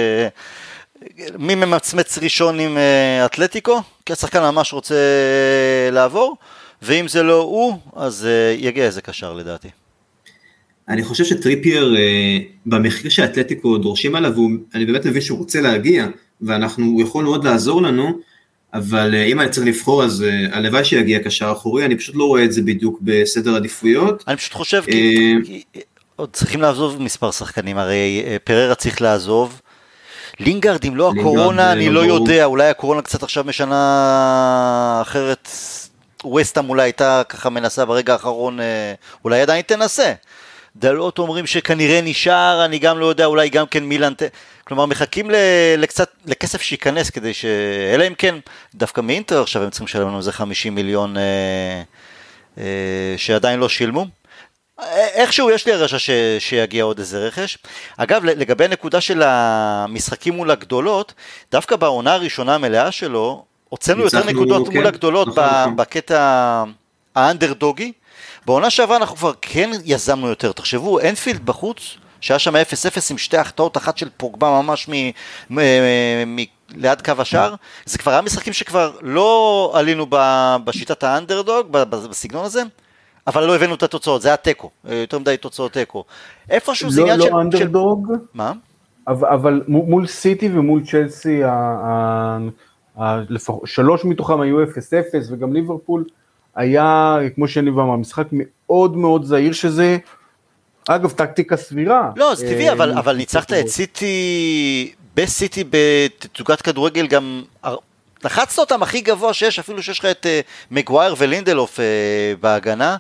מי ממצמץ ראשון עם אתלטיקו, כי השחקן ממש רוצה לעבור, ואם זה לא הוא, אז יגיע איזה קשר לדעתי. אני חושב שטריפייר, במחיר שהאתלטיקו דורשים עליו, אני באמת מבין שהוא רוצה להגיע, הוא יכול מאוד לעזור לנו, אבל אם אני צריך לבחור, אז הלוואי שיגיע קשר אחורי, אני פשוט לא רואה את זה בדיוק בסדר עדיפויות. אני פשוט חושב, כי עוד צריכים לעזוב מספר שחקנים, הרי פררה צריך לעזוב, לינגארד, אם לא הקורונה, אני לא יודע, אולי הקורונה קצת עכשיו משנה אחרת, ווסטהאם אולי הייתה ככה מנסה ברגע האחרון, אולי עדיין תנסה. דלות אומרים שכנראה נשאר, אני גם לא יודע, אולי גם כן מילאן, כלומר מחכים לכסף שייכנס, כדי אלא אם כן, דווקא מאינטר עכשיו הם צריכים לשלם לנו איזה 50 מיליון שעדיין לא שילמו. איכשהו יש לי הרגשה שיגיע עוד איזה רכש. אגב, לגבי נקודה של המשחקים מול הגדולות, דווקא בעונה הראשונה המלאה שלו, הוצאנו יותר נקודות מול הגדולות בקטע האנדרדוגי. בעונה שעברה אנחנו כבר כן יזמנו יותר. תחשבו, אנפילד בחוץ, שהיה שם 0-0 עם שתי החטאות, אחת של פוגבה ממש ליד קו השער, זה כבר היה משחקים שכבר לא עלינו בשיטת האנדרדוג, בסגנון הזה, אבל לא הבאנו את התוצאות, זה היה טקו, יותר מדי תוצאות טקו. איפשהו זה עניין של... לא אנדרדוג, מה? אבל מול סיטי ומול צ'לסי, 3 מתוכם היו 0-0, וגם ליברפול היה, כמו שאני אומר, משחק מאוד מאוד זהיר שזה, אגב, טקטיקה סבירה. לא, זה טבעי, אבל ניצחת את סיטי, בסיטי בתצוגת כדורגל גם... לחצת אותם הכי גבוה שיש, אפילו שיש לך את מגווייר ולינדלוף בהגנה,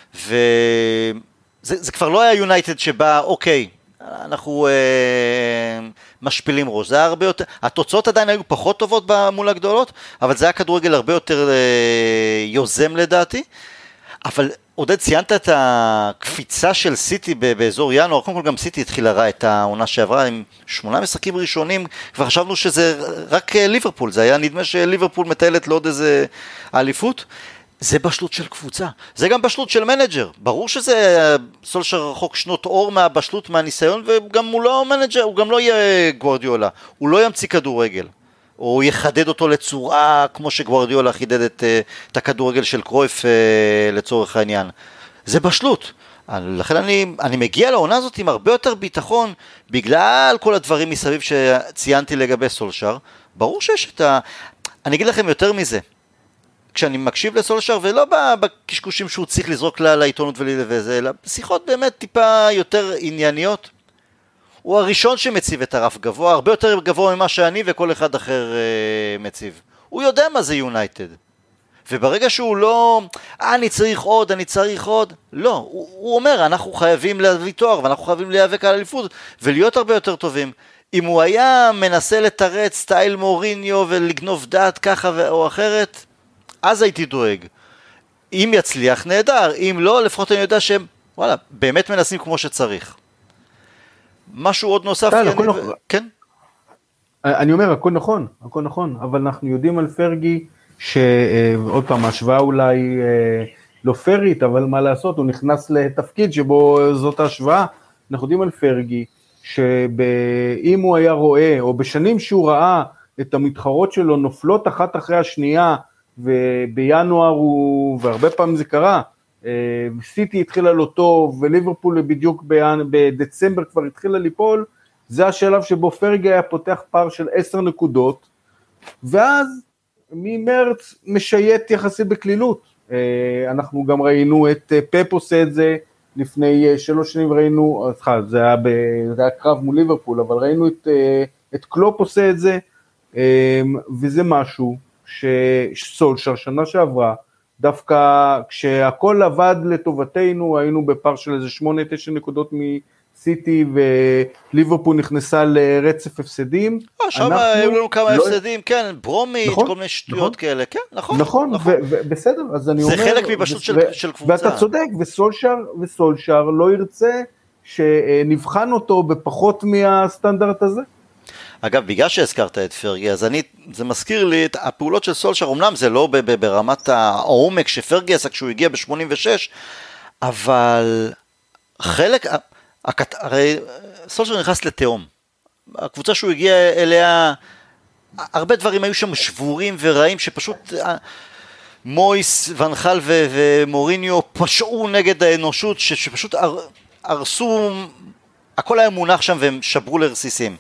וזה כבר לא היה יונייטד שבא, אוקיי, אנחנו משפילים ראש, זה היה הרבה יותר, התוצאות עדיין היו פחות טובות מול הגדולות, אבל זה היה כדורגל הרבה יותר יוזם לדעתי, אבל עודד, ציינת את הקפיצה של סיטי באזור ינואר, קודם כל גם סיטי התחילה רע את העונה שעברה עם 8 משחקים ראשונים, כבר חשבנו שזה רק ליברפול, זה היה נדמה שליברפול מטיילת לעוד איזה אליפות, זה בשלות של קבוצה, זה גם בשלות של מנג'ר, ברור שזה סולשר רחוק שנות אור מהבשלות, מהניסיון, וגם הוא לא מנג'ר, הוא גם לא יהיה גוארדיולה, הוא לא ימציא כדורגל, או יחדד אותו לצורה כמו שגוארדיולה חידד את הכדורגל של קרויף לצורך העניין. זה בשלות. לכן אני מגיע לעונה הזאת עם הרבה יותר ביטחון, בגלל כל הדברים מסביב שציינתי לגבי סולשר. ברור שיש אני אגיד לכם יותר מזה. כשאני מקשיב לסולשר, ולא בקשקושים שהוא צריך לזרוק לעיתונות וזה, אלא שיחות באמת טיפה יותר ענייניות, הוא הראשון שמציב את הרף גבוה, הרבה יותר גבוה ממה שאני וכל אחד אחר מציב. הוא יודע מה זה יונייטד. וברגע שהוא לא, אני צריך עוד, לא, הוא אומר, אנחנו חייבים להביא תואר, ואנחנו חייבים להיאבק על אליפות, ולהיות הרבה יותר טובים. אם הוא היה מנסה לתרץ סטייל מוריניו, ולגנוב דעת ככה או אחרת, אז הייתי דואג. אם יצליח, נהדר, אם לא, לפחות אני יודע שהם, וואלה, באמת מנסים כמו שצריך. משהו עוד נוסף? כן? אני אומר, הכל נכון, אבל אנחנו יודעים על פרגי, שעוד פעם, ההשוואה אולי לא פרית, אבל מה לעשות, הוא נכנס לתפקיד שבו זאת ההשוואה, אנחנו יודעים על פרגי, שאם הוא היה רואה, או בשנים שהוא ראה, את המתחרות שלו נופלות אחת אחרי השנייה, ובינואר והרבה פעמים זה קרה, סיטי התחילה לא טוב, וליברפול בדיוק בדצמבר כבר התחילה ליפול, זה השלב שבו פרגי היה פותח פער של 10 נקודות, ואז ממרץ משייט יחסי בכלילות. אנחנו גם ראינו את פפ עושה את זה, לפני 3 שנים ראינו, זה היה קרב מול ליברפול, אבל ראינו את קלופ עושה את זה, וזה משהו שסולשר שנה שעברה, דווקא כשהכל עבד לטובתנו, היינו בפער של איזה 8-9 נקודות מסיטי, וליברפול נכנסה לרצף הפסדים. שם היו לנו כמה הפסדים, כן, ברומית, כל מיני שטויות כאלה, כן, נכון. נכון, בסדר, אז אני אומר... זה חלק מבשלות של קבוצה. ואתה צודק, וסולשר לא ירצה שנבחן אותו בפחות מהסטנדרט הזה. אגב, בגלל שהזכרת את פרגי, אז זה מזכיר לי את הפעולות של סולשר, אמנם זה לא ברמת העומק שפרגי עשה כשהוא הגיע ב-86, אבל חלק, הרי סולשר נכנס לתהום. הקבוצה שהוא הגיע אליה, הרבה דברים היו שם שבורים ורעים, שפשוט מויס, ונחל ומוריניו פשעו נגד האנושות, שפשוט הרסו, הכל היה מונח שם והם שברו לרסיסים.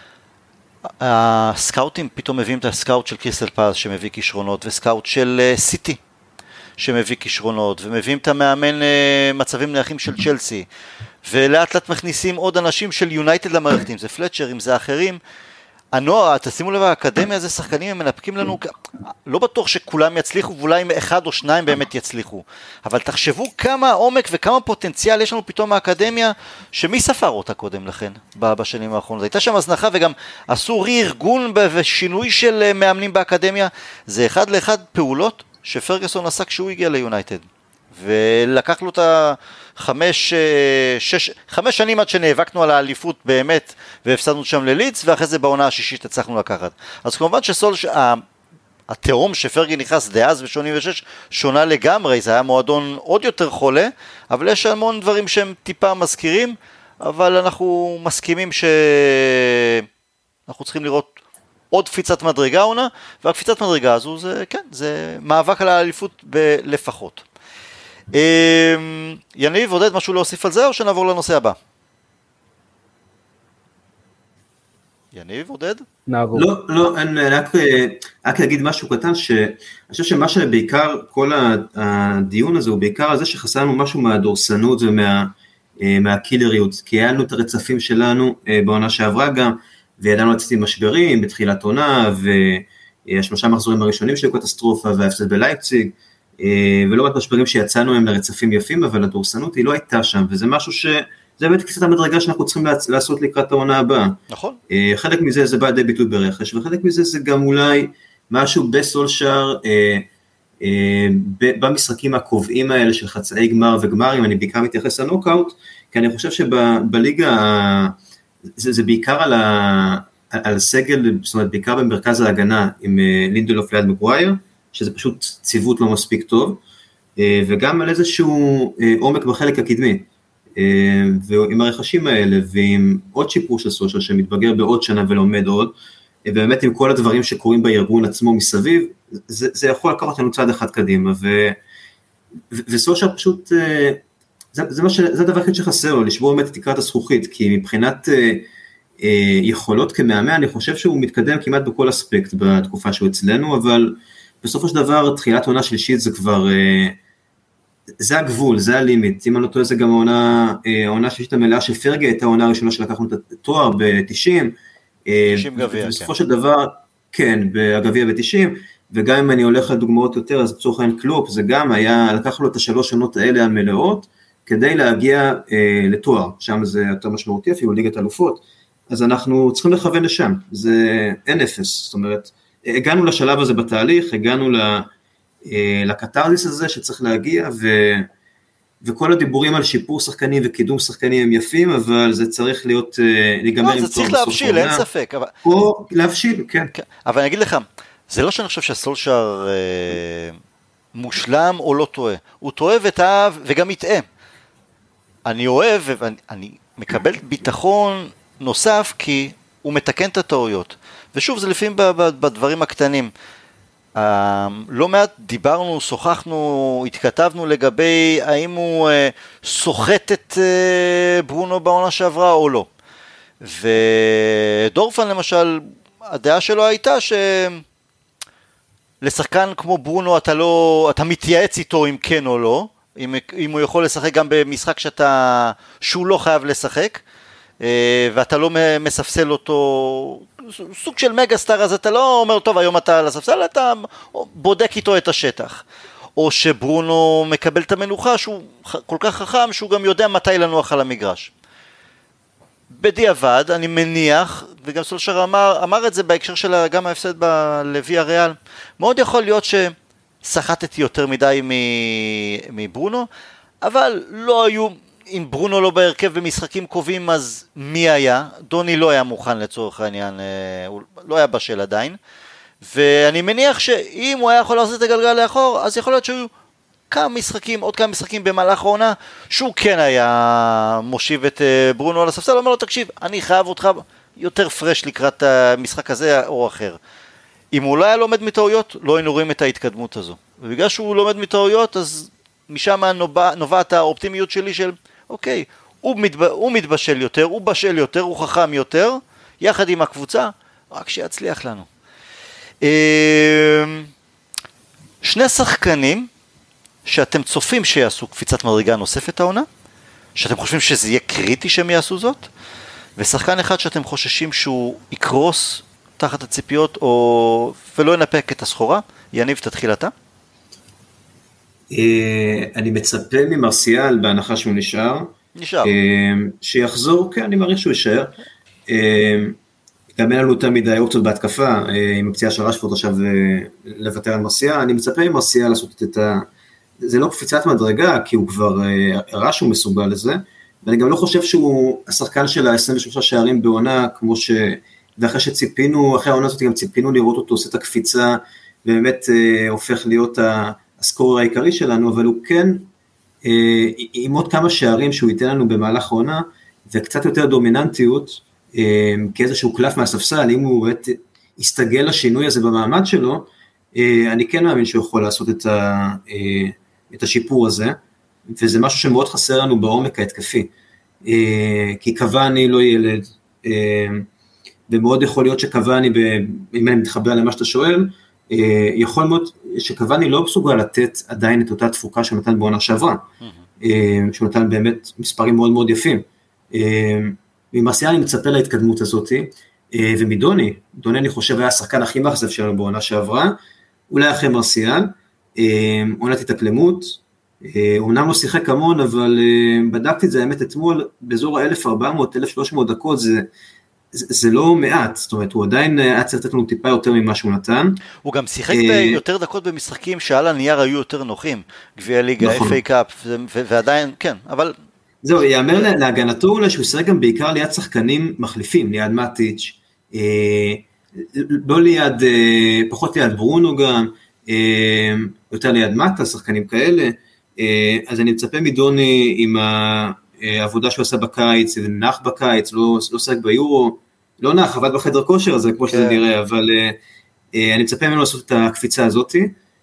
הסקאוטים פתאום מביאים את הסקאוט של קריסטל פלאס שמביא כישרונות, וסקאוט של סיטי שמביא כישרונות, ומביאים את המאמן מצבים נייחים של צ'לסי, ולאט לאט מכניסים עוד אנשים של יונייטד למערכת, אם זה פלצ'ר, אם זה אחרים. הנוער, תשימו לב, האקדמיה הזה שחקנים הם מנפקים לנו, לא בטוח שכולם יצליחו, ואולי אם 1 או 2 באמת יצליחו, אבל תחשבו כמה עומק וכמה פוטנציאל יש לנו פתאום מהאקדמיה, שמי ספר אותה קודם לכן, בשנים האחרונות. הייתה שם הזנחה וגם עשו רי-ארגון ושינוי של מאמנים באקדמיה, זה 1-1 פעולות שפרגסון עשה כשהוא הגיע ליונייטד, ולקח לו את 5 שנים עד שנאבקנו על האליפות באמת, והפסדנו שם ללידס, ואחרי זה בעונה השישית הצלחנו לקחת. אז כמובן התאום שפרגי נכנס דאז ב-86 שונה לגמרי, זה היה מועדון עוד יותר חולה, אבל יש המון דברים שהם טיפה מזכירים, אבל אנחנו מסכימים שאנחנו צריכים לראות עוד קפיצת מדרגה עונה, והקפיצת מדרגה הזו זה, כן, זה מאבק על האליפות לפחות. יניב, עודד, משהו להוסיף על זה, או שנעבור לנושא הבא? יניב, עודד? נעבור. לא, אני רק להגיד משהו קטן, אני חושב שמה שבעיקר, כל הדיון הזה, הוא בעיקר על זה שחסרנו משהו מהדורסנות ומהקילריות, כי היה לנו את הרצפים שלנו בעונה שעברה גם, וידענו לצאת עם משברים בתחילת עונה, והשלושה מחזורים הראשונים של קטסטרופה, וההפסד בלייפציג, ולא רק משברים שיצאנו הם לרצפים יפים, אבל הדורסנות היא לא הייתה שם, וזה משהו זה באמת קצת המדרגה שאנחנו צריכים לעשות לקראת העונה הבאה. נכון. חלק מזה זה בא די ביטוי ברכש, וחלק מזה זה גם אולי משהו בסולשר, במשחקים הקובעים האלה של חצאי גמר וגמרים, אני בעיקר מתייחס לנוקאוט, כי אני חושב שבליגה, זה בעיקר על סגל, זאת אומרת, בעיקר במרכז ההגנה, עם לינדלוף ליד מגווייר, שזה פשוט ציוות לא מספיק טוב, וגם על איזשהו עומק בחלק הקדמי, ועם הרכשים האלה, ועם עוד שיפור של סולשר שמתבגר בעוד שנה ולומד עוד, ובאמת עם כל הדברים שקורים בארגון עצמו מסביב, זה יכול לקחת לנו צעד אחד קדימה, וסולשר פשוט, זה הדבר הכי שחסר לו, לשבור באמת את תקרת הזכוכית, כי מבחינת יכולות כמאמן, אני חושב שהוא מתקדם כמעט בכל אספקט בתקופה שהוא אצלנו, אבל בסופו של דבר, תחילת עונה שלישית זה כבר, זה הגבול, זה הלימיט, אם אני לא טועה זה גם העונה שלישית המלאה של פרגי, הייתה העונה הראשונה שלקחנו את התואר ב-90, 90 גביע, בסופו של דבר, כן, בגביע ב-90, וגם אם אני הולך על דוגמאות יותר, אז בצורך העין קלופ, זה גם היה, לקח לו את 3 עונות האלה המלאות, כדי להגיע לתואר, שם זה יותר משמעותי, אפילו ליגת אלופות, אז אנחנו צריכים לכוון לשם, זה אין אפס, זאת אומרת, הגענו לשלב הזה בתהליך, הגענו לקטרזיס הזה שצריך להגיע, וכל הדיבורים על שיפור שחקנים וקידום שחקנים הם יפים, אבל זה צריך להיות, להיגמר עם תואר בסוף העונה. זה צריך להבשיל, אין ספק. או להבשיל, כן. אבל אני אגיד לך, זה לא שאני חושב שהסולשר מושלם או לא טועה, הוא טועה וגם יטעה. אני אוהב, ואני מקבל ביטחון נוסף, כי הוא מתקן את הטעויות. ושוב, זה לפעמים בדברים הקטנים. לא מעט דיברנו, שוחחנו, התכתבנו לגבי האם הוא סוחט את ברונו בעונה שעברה או לא. ודורפן למשל, הדעה שלו הייתה שלשחקן כמו ברונו אתה מתייעץ איתו אם כן או לא, אם הוא יכול לשחק גם במשחק שהוא לא חייב לשחק, ואתה לא מספסל אותו, סוג של מגה-סטאר, אז אתה לא אומר, טוב, היום אתה על הספסל, אתה בודק איתו את השטח. או שברונו מקבל את המנוחה, שהוא כל כך חכם, שהוא גם יודע מתי לנוח על המגרש. בדיעבד, אני מניח, וגם סולשר אמר את זה בהקשר של גם ההפסד בלוויה ריאל, מאוד יכול להיות ששחטתי יותר מדי מברונו, אבל לא היו, אם ברונו לא בהרכב במשחקים קובעים, אז מי היה? דוני לא היה מוכן לצורך העניין, הוא לא היה בשל עדיין, ואני מניח שאם הוא היה יכול לעשות את הגלגל לאחור, אז יכול להיות שהיו עוד כמה משחקים במהלך העונה, שהוא כן היה מושיב את ברונו על הספסל, אומר לו, תקשיב, אני חייב אותך יותר פרש לקראת המשחק הזה או אחר. אם הוא לא היה לומד מטעויות, לא היינו רואים את ההתקדמות הזו. ובגלל שהוא לומד מטעויות, אז משם נובעת האופטימיות שלי של, אוקיי, הוא מתבשל יותר, הוא בשל יותר, הוא חכם יותר, יחד עם הקבוצה, רק שיצליח לנו. שני שחקנים, שאתם צופים שיעשו קפיצת מדרגה נוספת העונה, שאתם חושבים שזה יהיה קריטי שהם יעשו זאת, ושחקן אחד שאתם חוששים שהוא יקרוס תחת הציפיות, ולא ינפק את הסחורה. יניב, תתחיל אתה. אני מצפה ממרסיאל, בהנחה שהוא נשאר. שיחזור, כן, אני מעריך שהוא יישאר. גם אין לנו יותר מדי אופציות בהתקפה, עם הפציעה של רשפורד עכשיו לוותר על מרסיאל. אני מצפה ממרסיאל לעשות את זה לא קפיצת מדרגה, כי הוא כבר הראה שהוא מסוגל לזה, ואני גם לא חושב שהוא השחקן של ה-23 שערים בעונה, כמו ואחרי שציפינו, אחרי העונה הזאת גם ציפינו לראות אותו, עושה את הקפיצה, ובאמת הופך להיות הסקורר העיקרי שלנו, אבל הוא כן, עם עוד כמה שערים שהוא ייתן לנו במהלך העונה, וקצת יותר דומיננטיות, כאיזשהו קלף מהספסל, אם הוא באמת יסתגל לשינוי הזה במעמד שלו, אני כן מאמין שהוא יכול לעשות את השיפור הזה, וזה משהו שמאוד חסר לנו בעומק ההתקפי, כי קוואני לא ילד, ומאוד יכול להיות שקוואני, אם אני מתחבר למה שאתה שואל, יכול מאוד שקוואני לא מסוגל לתת עדיין את אותה תפוקה שהוא נתן בעונה שעברה, שהוא נתן באמת מספרים מאוד מאוד יפים, ממרסיאל אני מצפה להתקדמות הזאת, ומדוני, דוני אני חושב היה השחקן הכי מאכזב שלנו בעונה שעברה, אולי אחרי מרסיאל, עונת התאקלמות, אומנם לא שיחק המון, אבל בדקתי את זה האמת אתמול, באזור ה-1400-1300 דקות, זה לא מעט, זאת אומרת, הוא עדיין היה צריך לתת לנו טיפה יותר ממה שהוא נתן. הוא גם שיחק ביותר דקות במשחקים שעל הנייר היו יותר נוחים, גביע ליגה, FA קאפ, ועדיין, כן, אבל... זהו, יאמר להגנתו אולי שהוא שיחק גם בעיקר ליד שחקנים מחליפים, ליד מטיץ', לא ליד, פחות ליד ברונו גם, יותר ליד מטה, שחקנים כאלה, אז אני מצפה מדוני עם העבודה שהוא עשה בקיץ, נח בקיץ, לא שחק ביורו, לא נח, עבד בחדר כושר הזה, כמו שזה נראה, אבל אני מצפה ממנו לעשות את הקפיצה הזאת,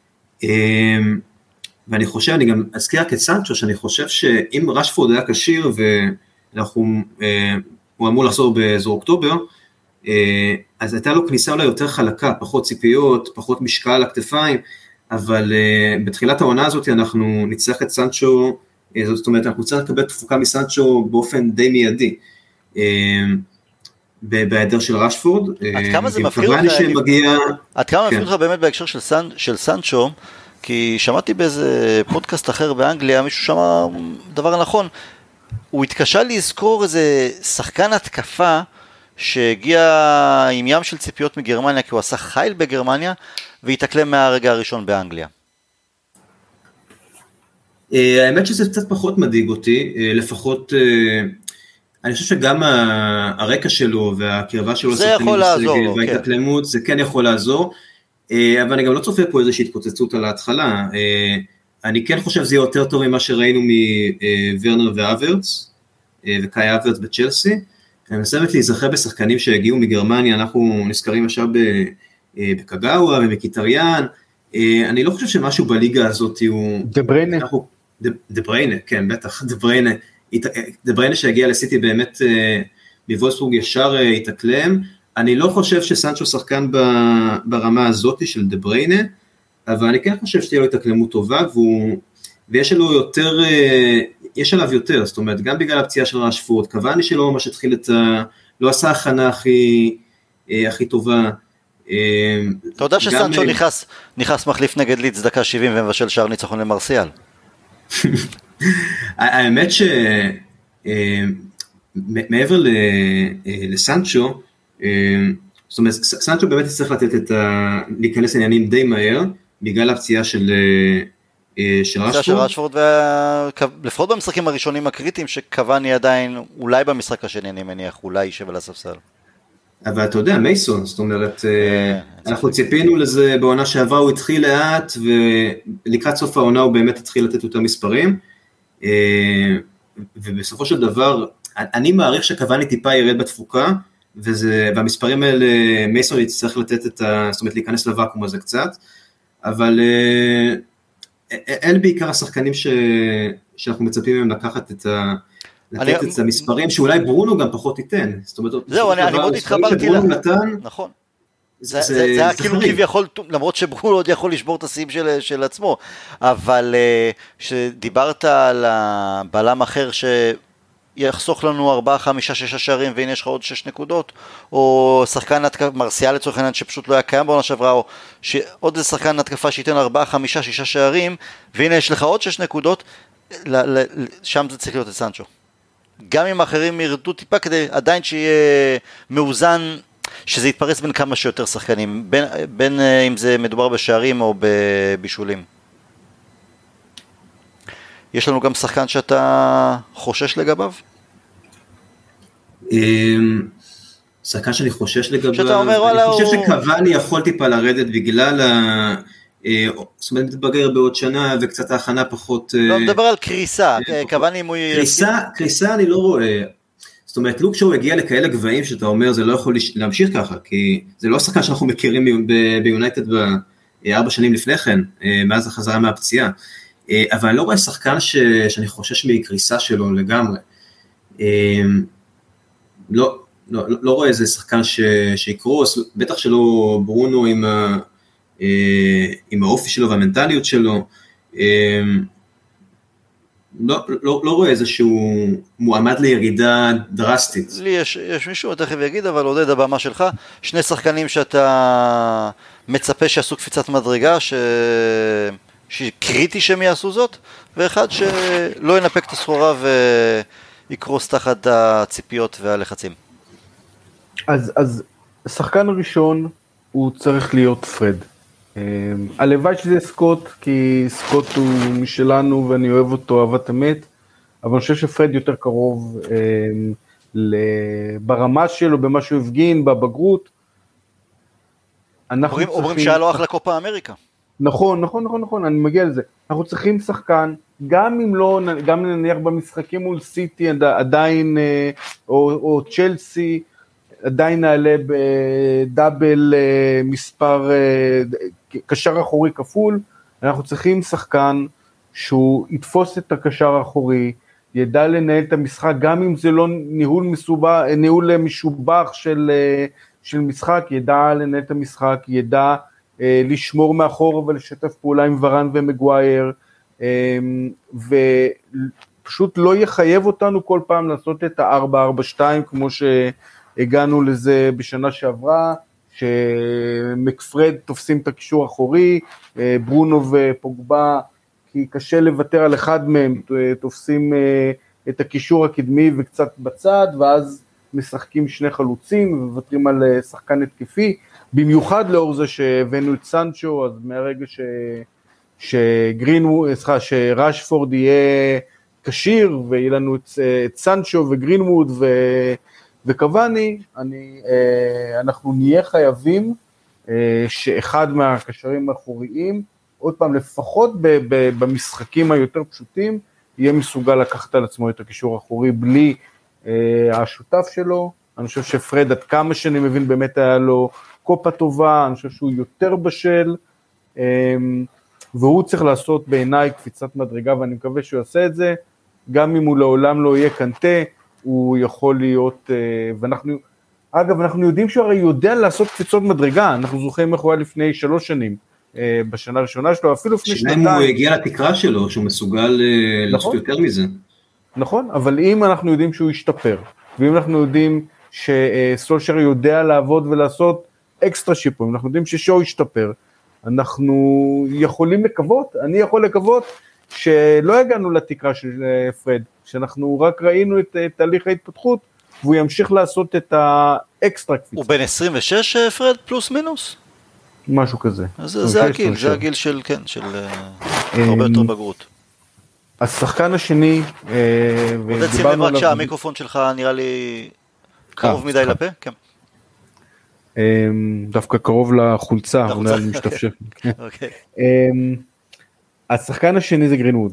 ואני חושב, אני גם אזכיר כסנצ'ו, שאני חושב שאם רשפורד היה כשיר, והוא אמור לחזור באזור אוקטובר, אז הייתה לו כניסה אולי יותר חלקה, פחות ציפיות, פחות משקל על הכתפיים, אבל בתחילת העונה הזאת אנחנו נצטרך את סנצ'ו, זאת אומרת, אנחנו צריכים לקבל תפוקה מסנצ'ו באופן די מיידי, בהיעדר של רשפורד. עד כמה זה מפחיד אותך באמת בהקשר של סנצ'ו, כי שמעתי באיזה פודקאסט אחר באנגליה, מישהו שמע דבר נכון, הוא התקשה לזכור איזה שחקן התקפה, שהגיע עם ים של ציפיות מגרמניה, כי הוא עשה חייל בגרמניה, והתאקלם מהרגע הראשון באנגליה. האמת שזה קצת פחות מדאיג אותי, לפחות, אני חושב שגם הרקע שלו, והקרבה שלו, זה יכול לעזור לו, וההתאקלמות, זה כן יכול לעזור, אבל אני גם לא צופה פה איזושהי התפוצצות על ההתחלה, אני כן חושב שזה יהיה יותר טוב ממה שראינו מוורנר והאברץ, וקאי האברץ בצ'לסי, אני מנסה להיזכר בשחקנים שהגיעו מגרמניה, אנחנו נזכרים עכשיו בקגאווה ומקיטריאן, אני לא חושב שמשהו בליגה הזאת הוא... דבריינה, כן, בטח, דבריינה שהגיע לסיטי באמת בוולסבורג ישר התאקלם, אני לא חושב שסנצ'ו שחקן ברמה הזאת של דבריינה, אבל אני כן חושב שתהיה לו התאקלמות טובה, ויש לו יותר, יש עליו יותר, זאת אומרת, גם בגלל הפציעה של ראשפורד, קוואני שלו ממש התחיל לא עשה הכנה הכי טובה. אתה יודע שסנצ'ו נכנס מחליף נגד לידס דקה 70 ומבשל שער ניצחון למרסיאל. האמת שמעבר לסנצ'ו, זאת אומרת, סנצ'ו באמת צריך להיכנס לעניינים די מהר, בגלל הפציעה של ראשפורד, לפחות במשחקים הראשונים הקריטיים, שקוואני עדיין, אולי במשחק השני אני מניח, אולי יישב על הספסל. אבל אתה יודע, מייסון, זאת אומרת, אנחנו ציפינו לזה בעונה שעברה, הוא התחיל לאט, ולקראת סוף העונה הוא באמת התחיל לתת יותר מספרים, ובסופו של דבר, אני מעריך שקוואני טיפה ירד בתפוקה, והמספרים האלה, מייסון יצטרך לתת זאת אומרת, להיכנס לוואקום הזה קצת, אבל אלה בעיקר השחקנים שאנחנו מצפים מהם לקחת לתת את המספרים, שאולי ברונו גם פחות ייתן. זהו, אני מאוד התחברתי נכון. זה היה כאילו כביכול, למרות שברונו עוד יכול לשבור את השיאים של עצמו, אבל שדיברת על הבלם אחר שיחסוך לנו 4, 5, 6 שערים, והנה יש לך עוד 6 נקודות, או שחקן מרסיאל לצורך העניין שפשוט לא היה קיים בעונה שעברה, או עוד איזה שחקן התקפה שייתן 4, 5, 6 שערים, והנה יש לך עוד 6 נקודות, שם זה צריך להיות את סנצ'ו. גם אם האחרים ירדו טיפה כדי עדיין שיהיה מאוזן, שזה יתפרס בין כמה שיותר שחקנים, בין אם זה מדובר בשערים או בבישולים. יש לנו גם שחקן שאתה חושש לגביו? שחקן שאני חושש לגביו, אני חושב שקוואני יכול טיפה לרדת בגלל זאת אומרת, מתבגר בעוד שנה, וקצת ההכנה פחות... לא, מדבר על קריסה, קוואני אם הוא... קריסה אני לא רואה, זאת אומרת, לוק שהוא הגיע לכאלה גבהים, שאתה אומר, זה לא יכול להמשיך ככה, כי זה לא שחקן שאנחנו מכירים ביונייטד ב4 שנים לפני כן, מאז החזרה מהפציעה, אבל אני לא רואה שחקן שאני חושש מקריסה שלו לגמרי, לא רואה איזה שחקן שיקרוס, בטח שלא ברונו עם האופי שלו והמנטליות שלו, לא רואה איזשהו מועמד לירידה דרסטית. לי יש מישהו, תכף יגיד, אבל עודד הבמה שלך, 2 שחקנים שאתה מצפה שיעשו קפיצת מדרגה, שקריטי שהם יעשו זאת, ואחד שלא ינפק את הסחורה ויקרוס תחת הציפיות והלחצים. אז השחקן הראשון הוא צריך להיות פרד. הלוואי שזה סקוט, כי סקוט הוא משלנו ואני אוהב אותו אהבת אמת, אבל אני חושב שפרד יותר קרוב ברמה שלו, במה שהוא הפגין, בבגרות. אומרים שהיה לו אחלה קופה אמריקה. נכון, אני מגיע לזה. אנחנו צריכים שחקן, גם אם נניח במשחקים מול סיטי עדיין, או צ'לסי, עדיין נעלה בדאבל מספר, קשר אחורי כפול, אנחנו צריכים שחקן שהוא יתפוס את הקשר האחורי, ידע לנהל את המשחק, גם אם זה לא ניהול משובח של משחק, ידע לנהל את המשחק, ידע לשמור מאחור ולשתף פעולה עם ורן ומגווייר, ופשוט לא יחייב אותנו כל פעם לעשות את ה-4-4-2, כמו שהגענו לזה בשנה שעברה, שמקפרד תופסים את הקישור האחורי, ברונו ופוגבה, כי קשה לוותר על אחד מהם, תופסים את הקישור הקדמי וקצת בצד, ואז משחקים 2 חלוצים, וותרים על שחקן התקפי, במיוחד לאור זה שהבאנו את סנצ'ו, אז מהרגע שרשפורד יהיה קשיר, ויהיה לנו את סנצ'ו וגרינווד וקוואני, אנחנו נהיה חייבים שאחד מהקשרים האחוריים, עוד פעם לפחות במשחקים היותר פשוטים, יהיה מסוגל לקחת על עצמו את הקישור האחורי בלי השותף שלו, אני חושב שפרד עד כמה שאני מבין באמת היה לו קופה טובה, אני חושב שהוא יותר בשל, והוא צריך לעשות בעיניי קפיצת מדרגה, ואני מקווה שהוא יעשה את זה, גם אם הוא לעולם לא יהיה קנטה, הוא יכול להיות, אגב, אנחנו יודעים שהוא הרי יודע לעשות קפיצות מדרגה, אנחנו זוכרים איך הוא היה לפני 3 שנים, בשנה הראשונה שלו, אפילו לפני שנתיים. הוא הגיע לתקרה שלו, שהוא מסוגל לעשות יותר מזה. נכון, אבל אם אנחנו יודעים שהוא ישתפר, ואם אנחנו יודעים שסולשר יודע לעבוד ולעשות אקסטרה שיפורים, אנחנו יודעים ששואו ישתפר, אנחנו יכולים לקוות, אני יכול לקוות, שלא הגענו לתקרה של פרד, שאנחנו רק ראינו את תהליך ההתפתחות, והוא ימשיך לעשות את האקסטרה קפיצה. הוא בן 26 פרד פלוס מינוס? משהו כזה. זה הגיל של, כן, של הרבה יותר בגרות. השחקן השני, עוד שים לב רק שהמיקרופון שלך נראה לי קרוב מדי לפה, כן. דווקא קרוב לחולצה, אולי אני משתפשף. השחקן השני זה גרינווד.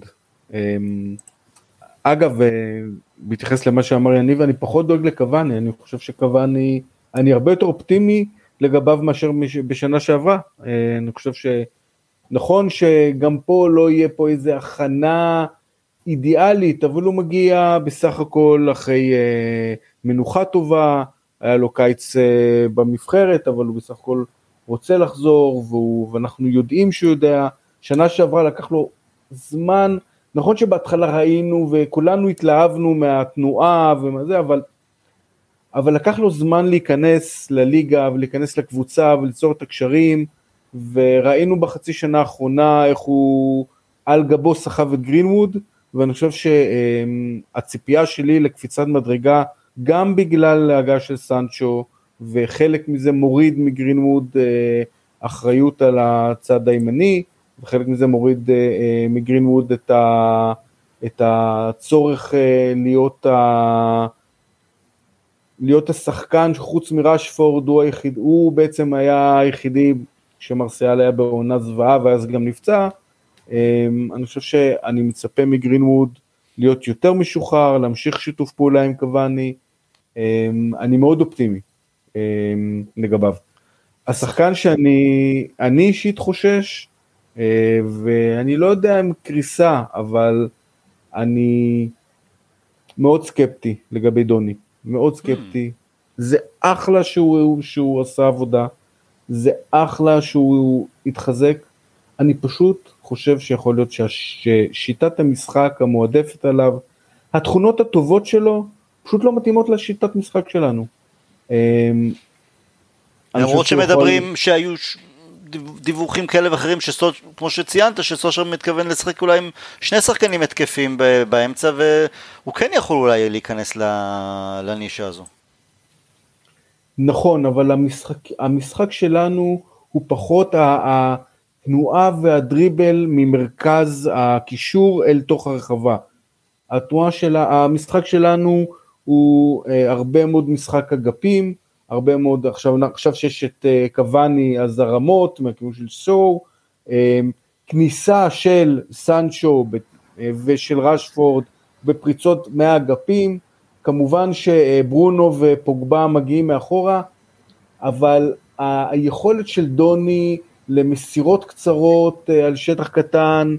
אגב, בהתייחס למה שאמר יניב, אני פחות דואג לקוואני, אני חושב שקוואני, אני הרבה יותר אופטימי לגביו מאשר בשנה שעברה. אני חושב שנכון שגם פה לא יהיה פה איזו הכנה אידיאלית, אבל הוא מגיע בסך הכל אחרי מנוחה טובה, היה לו קיץ במבחרת, אבל הוא בסך הכל רוצה לחזור, ואנחנו יודעים שהוא יודע, שנה שעברה לקח לו זמן, נכון שבהתחלה ראינו וכולנו התלהבנו מהתנועה ומה זה, אבל לקח לו זמן להיכנס לליגה ולהיכנס לקבוצה וליצור את הקשרים, וראינו בחצי שנה האחרונה איך הוא על גבו סחב את גרינווד, ואני חושב שהציפייה שלי לקפיצת מדרגה, גם בגלל להגעה של סנצ'ו, וחלק מזה מוריד מגרינווד אחריות על הצד הימני, וחלק מזה מוריד מגרינווד את הצורך להיות השחקן שחוץ מרשפורד הוא בעצם היה היחידי שמרסיאל היה בעונה זוועה ואז גם נפצע. אני חושב שאני מצפה מגרינווד להיות יותר משוחרר, להמשיך שיתוף פעולה עם קוואני, אני מאוד אופטימי לגביו. השחקן שאני אישית חושש, ואני לא יודע אם קריסה, אבל אני מאוד סקפטי לגבי דוני, מאוד סקפטי. זה אחלה שהוא עשה עבודה, זה אחלה שהוא התחזק, אני פשוט חושב שיכול להיות ששיטת המשחק המועדפת עליו, התכונות הטובות שלו, פשוט לא מתאימות לשיטת משחק שלנו. למרות שמדברים שהיו דיווחים כאלה ואחרים, כמו שציינת, שסושר מתכוון לשחק אולי עם 2 שחקנים התקפים באמצע, והוא כן יכול אולי להיכנס לנישה הזו. נכון, אבל המשחק שלנו הוא פחות התנועה והדריבל ממרכז הקישור אל תוך הרחבה. המשחק שלנו הוא הרבה מאוד משחק אגפים, הרבה מאוד, עכשיו שיש את קוואני, אז הרמות, מהכיוון של שואו, כניסה של סנצ'ו ושל רשפורד בפריצות מהאגפים, כמובן שברונו ופוגבה מגיעים מאחורה, אבל היכולת של דוני למסירות קצרות על שטח קטן,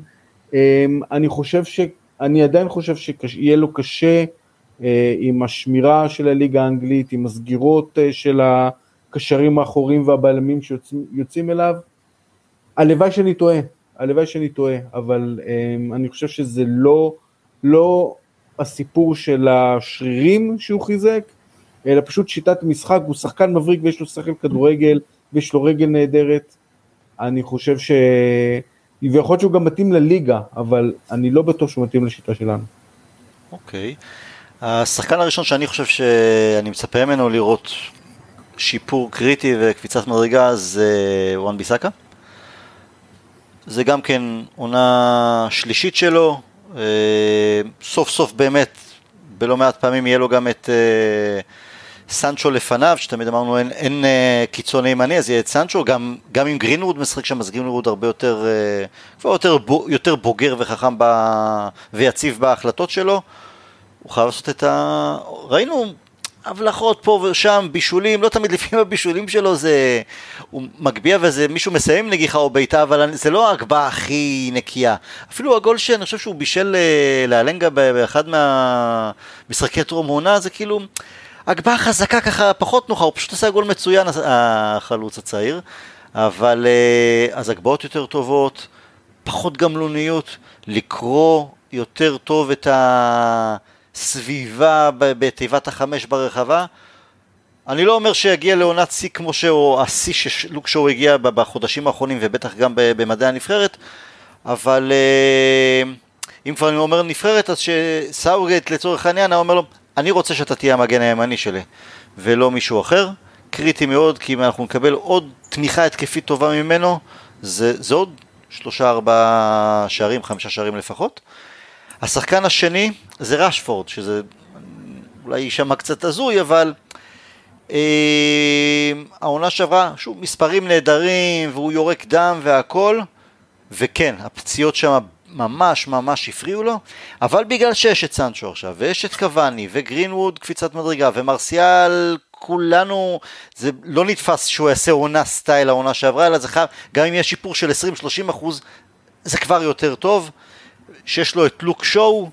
אני עדיין חושב שיהיה לו קשה עם השמירה של הליגה האנגלית, עם הסגירות של הקשרים האחוריים והבלמים שיוצאים אליו. הלוואי שאני טועה, אבל אני חושב שזה לא הסיפור של השרירים שהוא חיזק, אלא פשוט שיטת משחק, הוא שחקן מבריק ויש לו שחקן כדורגל, ויש לו רגל נהדרת. אני חושב ויכול להיות שהוא גם מתאים לליגה, אבל אני לא בטוח שהוא מתאים לשיטה שלנו. אוקיי. השחקן הראשון שאני חושב שאני מצפה ממנו לראות שיפור קריטי וקפיצת מדרגה זה וואן ביסאקה. זה גם כן עונה שלישית שלו, סוף סוף באמת בלא מעט פעמים יהיה לו גם את סנצ'ו לפניו, שתמיד אמרנו אין קיצון ימני, אז יהיה את סנצ'ו, גם עם גרינווד משחק שם, אז גרינווד הרבה יותר בוגר וחכם ויציב בהחלטות שלו, הוא חייב לעשות ראינו, הבלחות פה ושם, בישולים, לא תמיד לפעמים הבישולים שלו זה, הוא מגביע וזה מישהו מסיים נגיחה או ביתה, אבל זה לא ההגבהה הכי נקייה. אפילו הגול שאני חושב שהוא בישל לאלנגה באחד מהמשחקי טרום עונה, זה כאילו, הגבהה חזקה ככה פחות נוחה, הוא פשוט עשה גול מצוין החלוץ הצעיר, אבל אז הגבהות יותר טובות, פחות גמלוניות, לקרוא יותר טוב את הסביבה בתיבת החמש ברחבה. אני לא אומר שיגיע לעונת שיא כמו שהוא, השיא שלוק שואו הגיע בחודשים האחרונים ובטח גם במדעי הנבחרת, אבל אם כבר אני אומר נבחרת, אז שסאוגט לצורך העניין, אני אומר לו, אני רוצה שאתה תהיה המגן הימני שלי ולא מישהו אחר. קריטי מאוד, כי אם אנחנו נקבל עוד תמיכה התקפית טובה ממנו, זה עוד 3-4 שערים, 5 שערים לפחות. השחקן השני זה רשפורד, שזה אולי יישמע קצת הזוי, אבל העונה שעברה, שוב, מספרים נהדרים, והוא יורק דם והכל, וכן, הפציעות שם ממש ממש הפריעו לו, אבל בגלל שיש את סנצ'ו עכשיו, ויש את קוואני, וגרינווד קפיצת מדרגה, ומרסיאל, כולנו, זה לא נתפס שהוא יעשה עונה סטייל העונה שעברה, אלא זה חייב, גם אם יש שיפור של 20-30%, זה כבר יותר טוב, שיש לו את לוק שואו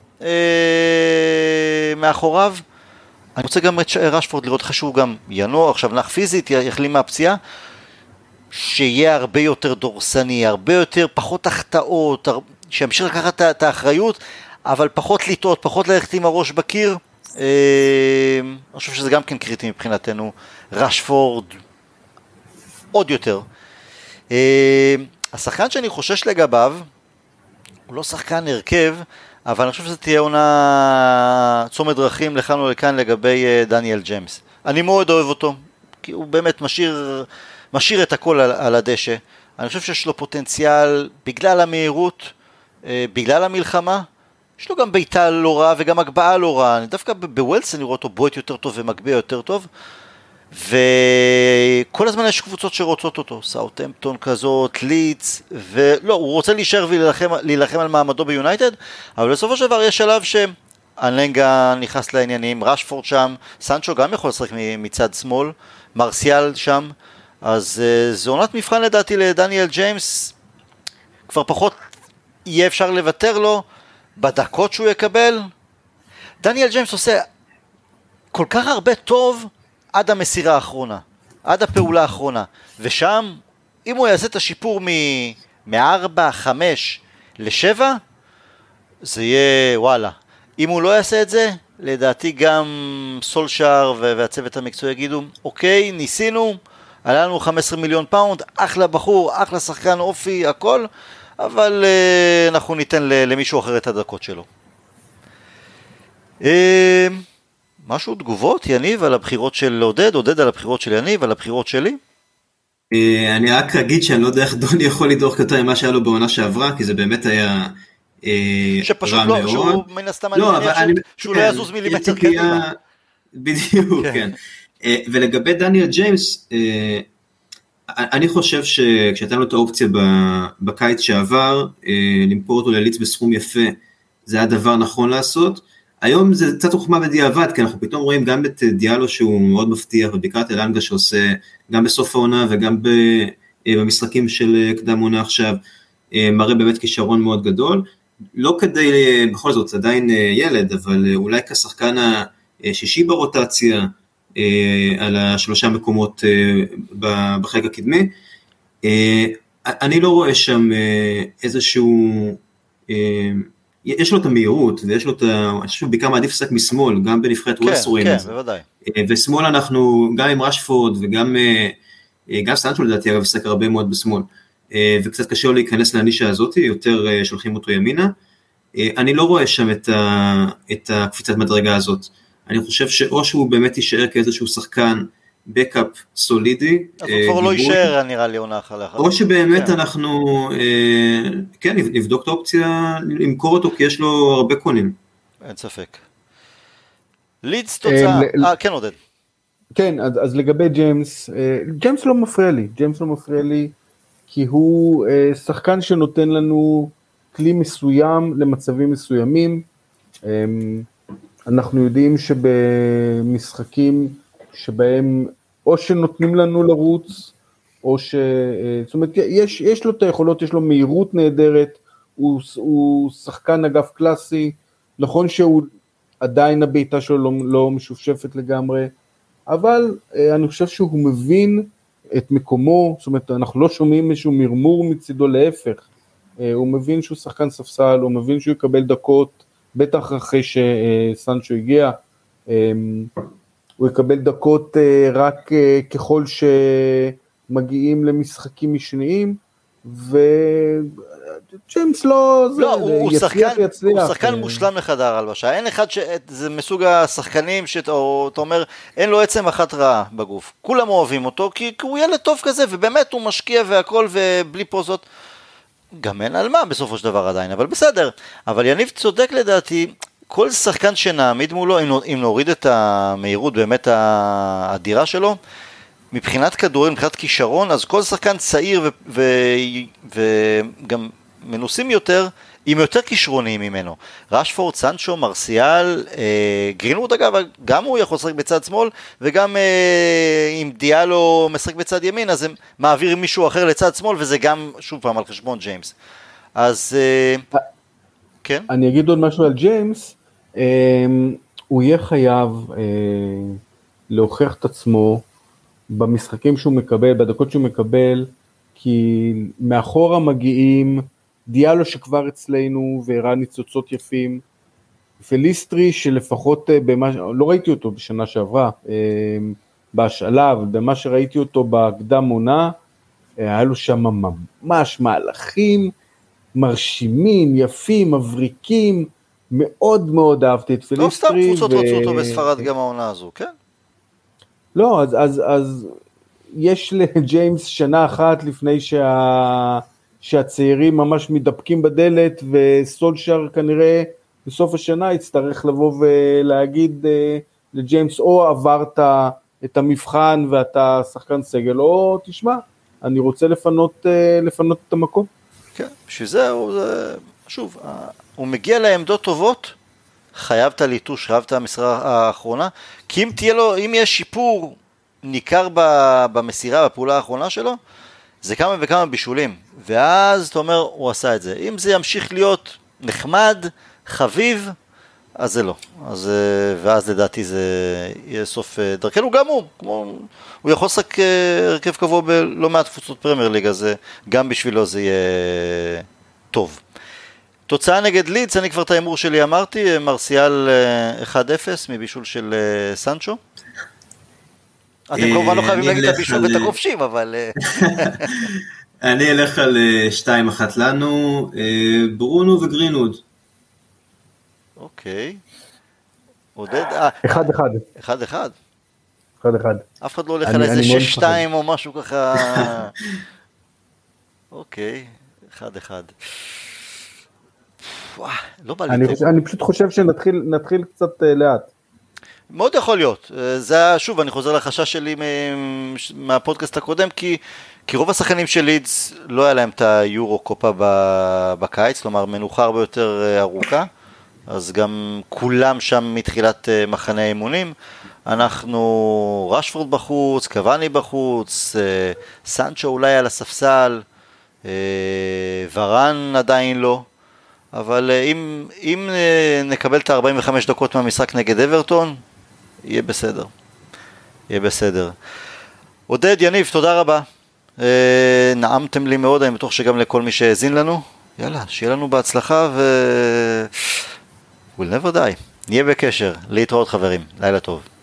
מאחוריו. אני רוצה גם את רשפורד לראות חשוב גם ינוע, עכשיו נח פיזית, יחלים מהפציעה, שיהיה הרבה יותר דורסני, הרבה יותר, פחות החטאות, שימשיך לקחת את האחריות, אבל פחות לטעות, פחות ללכת עם הראש בקיר. אני חושב שזה גם כן קריטי מבחינתנו. רשפורד עוד יותר. השחקן שאני חושש לגביו, הוא לא שחקן הרכב, אבל אני חושב שזה תהיה עונה צומת דרכים לכאן ולכאן לגבי דניאל ג'יימס. אני מאוד אוהב אותו, כי הוא באמת משאיר את הכל על הדשא. אני חושב שיש לו פוטנציאל בגלל המהירות, בגלל המלחמה, יש לו גם ביתה לא רע וגם הגבהה לא רע. דווקא בוולס אני רואה אותו בועט יותר טוב ומגביה יותר טוב, וכל הזמן יש קבוצות שרוצות אותו, סאות'המפטון כזאת, לידס, ולא, הוא רוצה להישאר ולהילחם על מעמדו ביונייטד, אבל בסופו של דבר יש שלב שאלנגה נכנס לעניינים, רשפורד שם, סנצ'ו גם יכול לשחק מצד שמאל, מרסיאל שם, אז זו עונת מבחן לדעתי לדניאל ג'יימס, כבר פחות יהיה אפשר לוותר לו, בדקות שהוא יקבל. דניאל ג'יימס עושה כל כך הרבה טוב, עד המסירה האחרונה, עד הפעולה האחרונה, ושם, אם הוא יעשה את השיפור מ-4, 5 ל-7, זה יהיה וואלה. אם הוא לא יעשה את זה, לדעתי גם סולשאר והצוות המקצועי יגידו, אוקיי, ניסינו, עלה לנו 15 מיליון פאונד, אחלה בחור, אחלה שחקן אופי, הכל, אבל אנחנו ניתן למישהו אחר את הדקות שלו. משהו תגובות, יניב, על הבחירות של עודד על הבחירות של יניב, על הבחירות שלי? אני רק אגיד שאני לא יודע איך דוני יכול לדוח יותר ממה שהיה לו בעונה שעברה, כי זה באמת היה שפשוט לא, שהוא מן הסתם שהוא לא יזוז מילימטר קדימה. בדיוק, כן. ולגבי דניאל ג'יימס, אני חושב שכשהייתה לנו את האופציה בקיץ שעבר, למכור אותו לליץ בסכום יפה, זה היה דבר נכון לעשות. היום זה קצת חוכמה בדיעבד, כי אנחנו פתאום רואים גם את דיאלו שהוא מאוד מבטיח, ובעיקר את אלנגה שעושה גם בסוף העונה וגם במשחקים של קדם עונה עכשיו, מראה באמת כישרון מאוד גדול, לא כדי, בכל זאת, זה עדיין ילד, אבל אולי כשחקן השישי ברוטציה, על 3 מקומות בחלק הקדמי, אני לא רואה שם איזשהו, יש לו את המהירות, ויש לו את אני חושב בעיקר מעדיף לשחק משמאל, גם בנבחרת וולס רואים את זה. כן, בוודאי. ושמאל אנחנו, גם עם רשפורד, וגם סנצ'ו לדעתי, אגב, לשחק הרבה מאוד בשמאל, וקצת קשה לו להיכנס לנישה הזאת, יותר שולחים אותו ימינה. אני לא רואה שם את הקפיצת מדרגה הזאת. אני חושב שאו שהוא באמת יישאר כאיזשהו שחקן בקאפ סולידי. אז הוא כבר לא יישאר, נראה לי עונה אחר. או שבאמת אנחנו, כן, נבדוק את האופציה, למכור אותו, כי יש לו הרבה קונים. אין ספק. לידס תוצאה, כן עודד. כן, אז לגבי ג'יימס, ג'יימס לא מפריע לי, כי הוא שחקן שנותן לנו כלי מסוים למצבים מסוימים, אנחנו יודעים שבמשחקים שבהם או שנותנים לנו לרוץ, או זאת אומרת, יש לו את היכולות, יש לו מהירות נהדרת, הוא שחקן אגף קלאסי, נכון שהוא עדיין הביתה שלו לא משופשפת לגמרי, אבל אני חושב שהוא מבין את מקומו, זאת אומרת, אנחנו לא שומעים איזשהו מרמור מצידו, להפך, הוא מבין שהוא שחקן ספסל, הוא מבין שהוא יקבל דקות, בטח אחרי שסנצ'ו הגיע, הוא יקבל דקות רק ככל שמגיעים למשחקים משניים, וג'יימס לא, הוא שחקן מושלם לחדר הלבשה, אין אחד שזה מסוג השחקנים שאתה אומר, אין לו עצם אחת רעה בגוף, כולם אוהבים אותו, כי הוא ילד טוב כזה, ובאמת הוא משקיע והכל, ובלי פוזות, גם אין על מה בסופו של דבר עדיין, אבל בסדר, אבל יניב צודק לדעתי, כל שחקן שנעמיד מולו, אם נוריד את המהירות באמת האדירה שלו, מבחינת כדורים, מבחינת כישרון, אז כל שחקן צעיר וגם מנוסים יותר, עם יותר כישרוניים ממנו. רשפורד, סנצ'ו, מרסיאל, גרינווד אגב, גם הוא יכול לשחק בצד שמאל, וגם אם דיאלו משחק בצד ימין, אז הם מעבירים מישהו אחר לצד שמאל, וזה גם שוב פעם על חשבון ג'יימס. אז כן? אני אגיד עוד משהו על ג'יימס, הוא יהיה חייב להוכיח את עצמו, במשחקים שהוא מקבל, בדקות שהוא מקבל, כי מאחורה מגיעים דיאלו שכבר אצלנו, והראה ניצוצות יפים, פליסטרי שלפחות, לא ראיתי אותו בשנה שעברה, בהשאלה, אבל במה שראיתי אותו בהקדם עונה, היה לו שם ממש מהלכים, מרשימים, יפים, מבריקים, מאוד מאוד אהבתי את פליסטרי. לא סתם קבוצות רצו אותו בספרד גם העונה הזו, כן? לא, אז יש לג'יימס שנה אחת לפני שהצעירים ממש מתדפקים בדלת, וסולשר כנראה בסוף השנה יצטרך לבוא ולהגיד לג'יימס, או עברת את המבחן ואתה שחקן סגל, או תשמע, אני רוצה לפנות את המקום. כן, בשביל זה, שוב, הוא מגיע לעמדות טובות, חייבת ליטוש, חייבת המשרה האחרונה, כי אם יש שיפור ניכר במסירה, בפעולה האחרונה שלו, זה כמה וכמה בישולים, ואז אתה אומר, הוא עשה את זה. אם זה ימשיך להיות נחמד, חביב, אז זה לא. ואז לדעתי זה יהיה סוף דרכנו, גם הוא יכול לשחק הרכב קבוע בלא מעט קבוצות פרמייר ליג, אז גם בשבילו זה יהיה טוב. תוצאה נגד לידס, אני כבר את האמור שלי אמרתי, מרסיאל 1-0 מבישול של סנצ'ו. אתם כמובן לא חייבים להגיד את הבישול ואת הכובשים, אבל... אני אלך על 2-1 לנו, ברונו וגרינווד. אוקיי. עודד... 1-1. 1-1? 1-1. אף אחד לא הולך על איזה 6-2 או משהו ככה... אוקיי, 1-1. לא בא לי. אני פשוט חושב שנתחיל קצת לאט. מאוד יכול להיות. זה שוב, אני חוזר לחשש שלי מהפודקאסט הקודם, כי רוב השחקנים של לידס לא היה להם את היורו קופה בקיץ, כלומר מנוחה הרבה יותר ארוכה, אז גם כולם שם מתחילת מחנה האימונים. אנחנו רשפורד בחוץ, קוואני בחוץ, סנצ'ו אולי על הספסל, ורן עדיין לא. אבל אם נקבל את 45 דקות מהמשחק נגד אברטון, יהיה בסדר. יהיה בסדר. עודד, יניב, תודה רבה. נעמתם לי מאוד, אני בטוח שגם לכל מי שהאזין לנו. יאללה, שיהיה לנו בהצלחה we'll never die. נהיה בקשר. להתראות חברים. לילה טוב.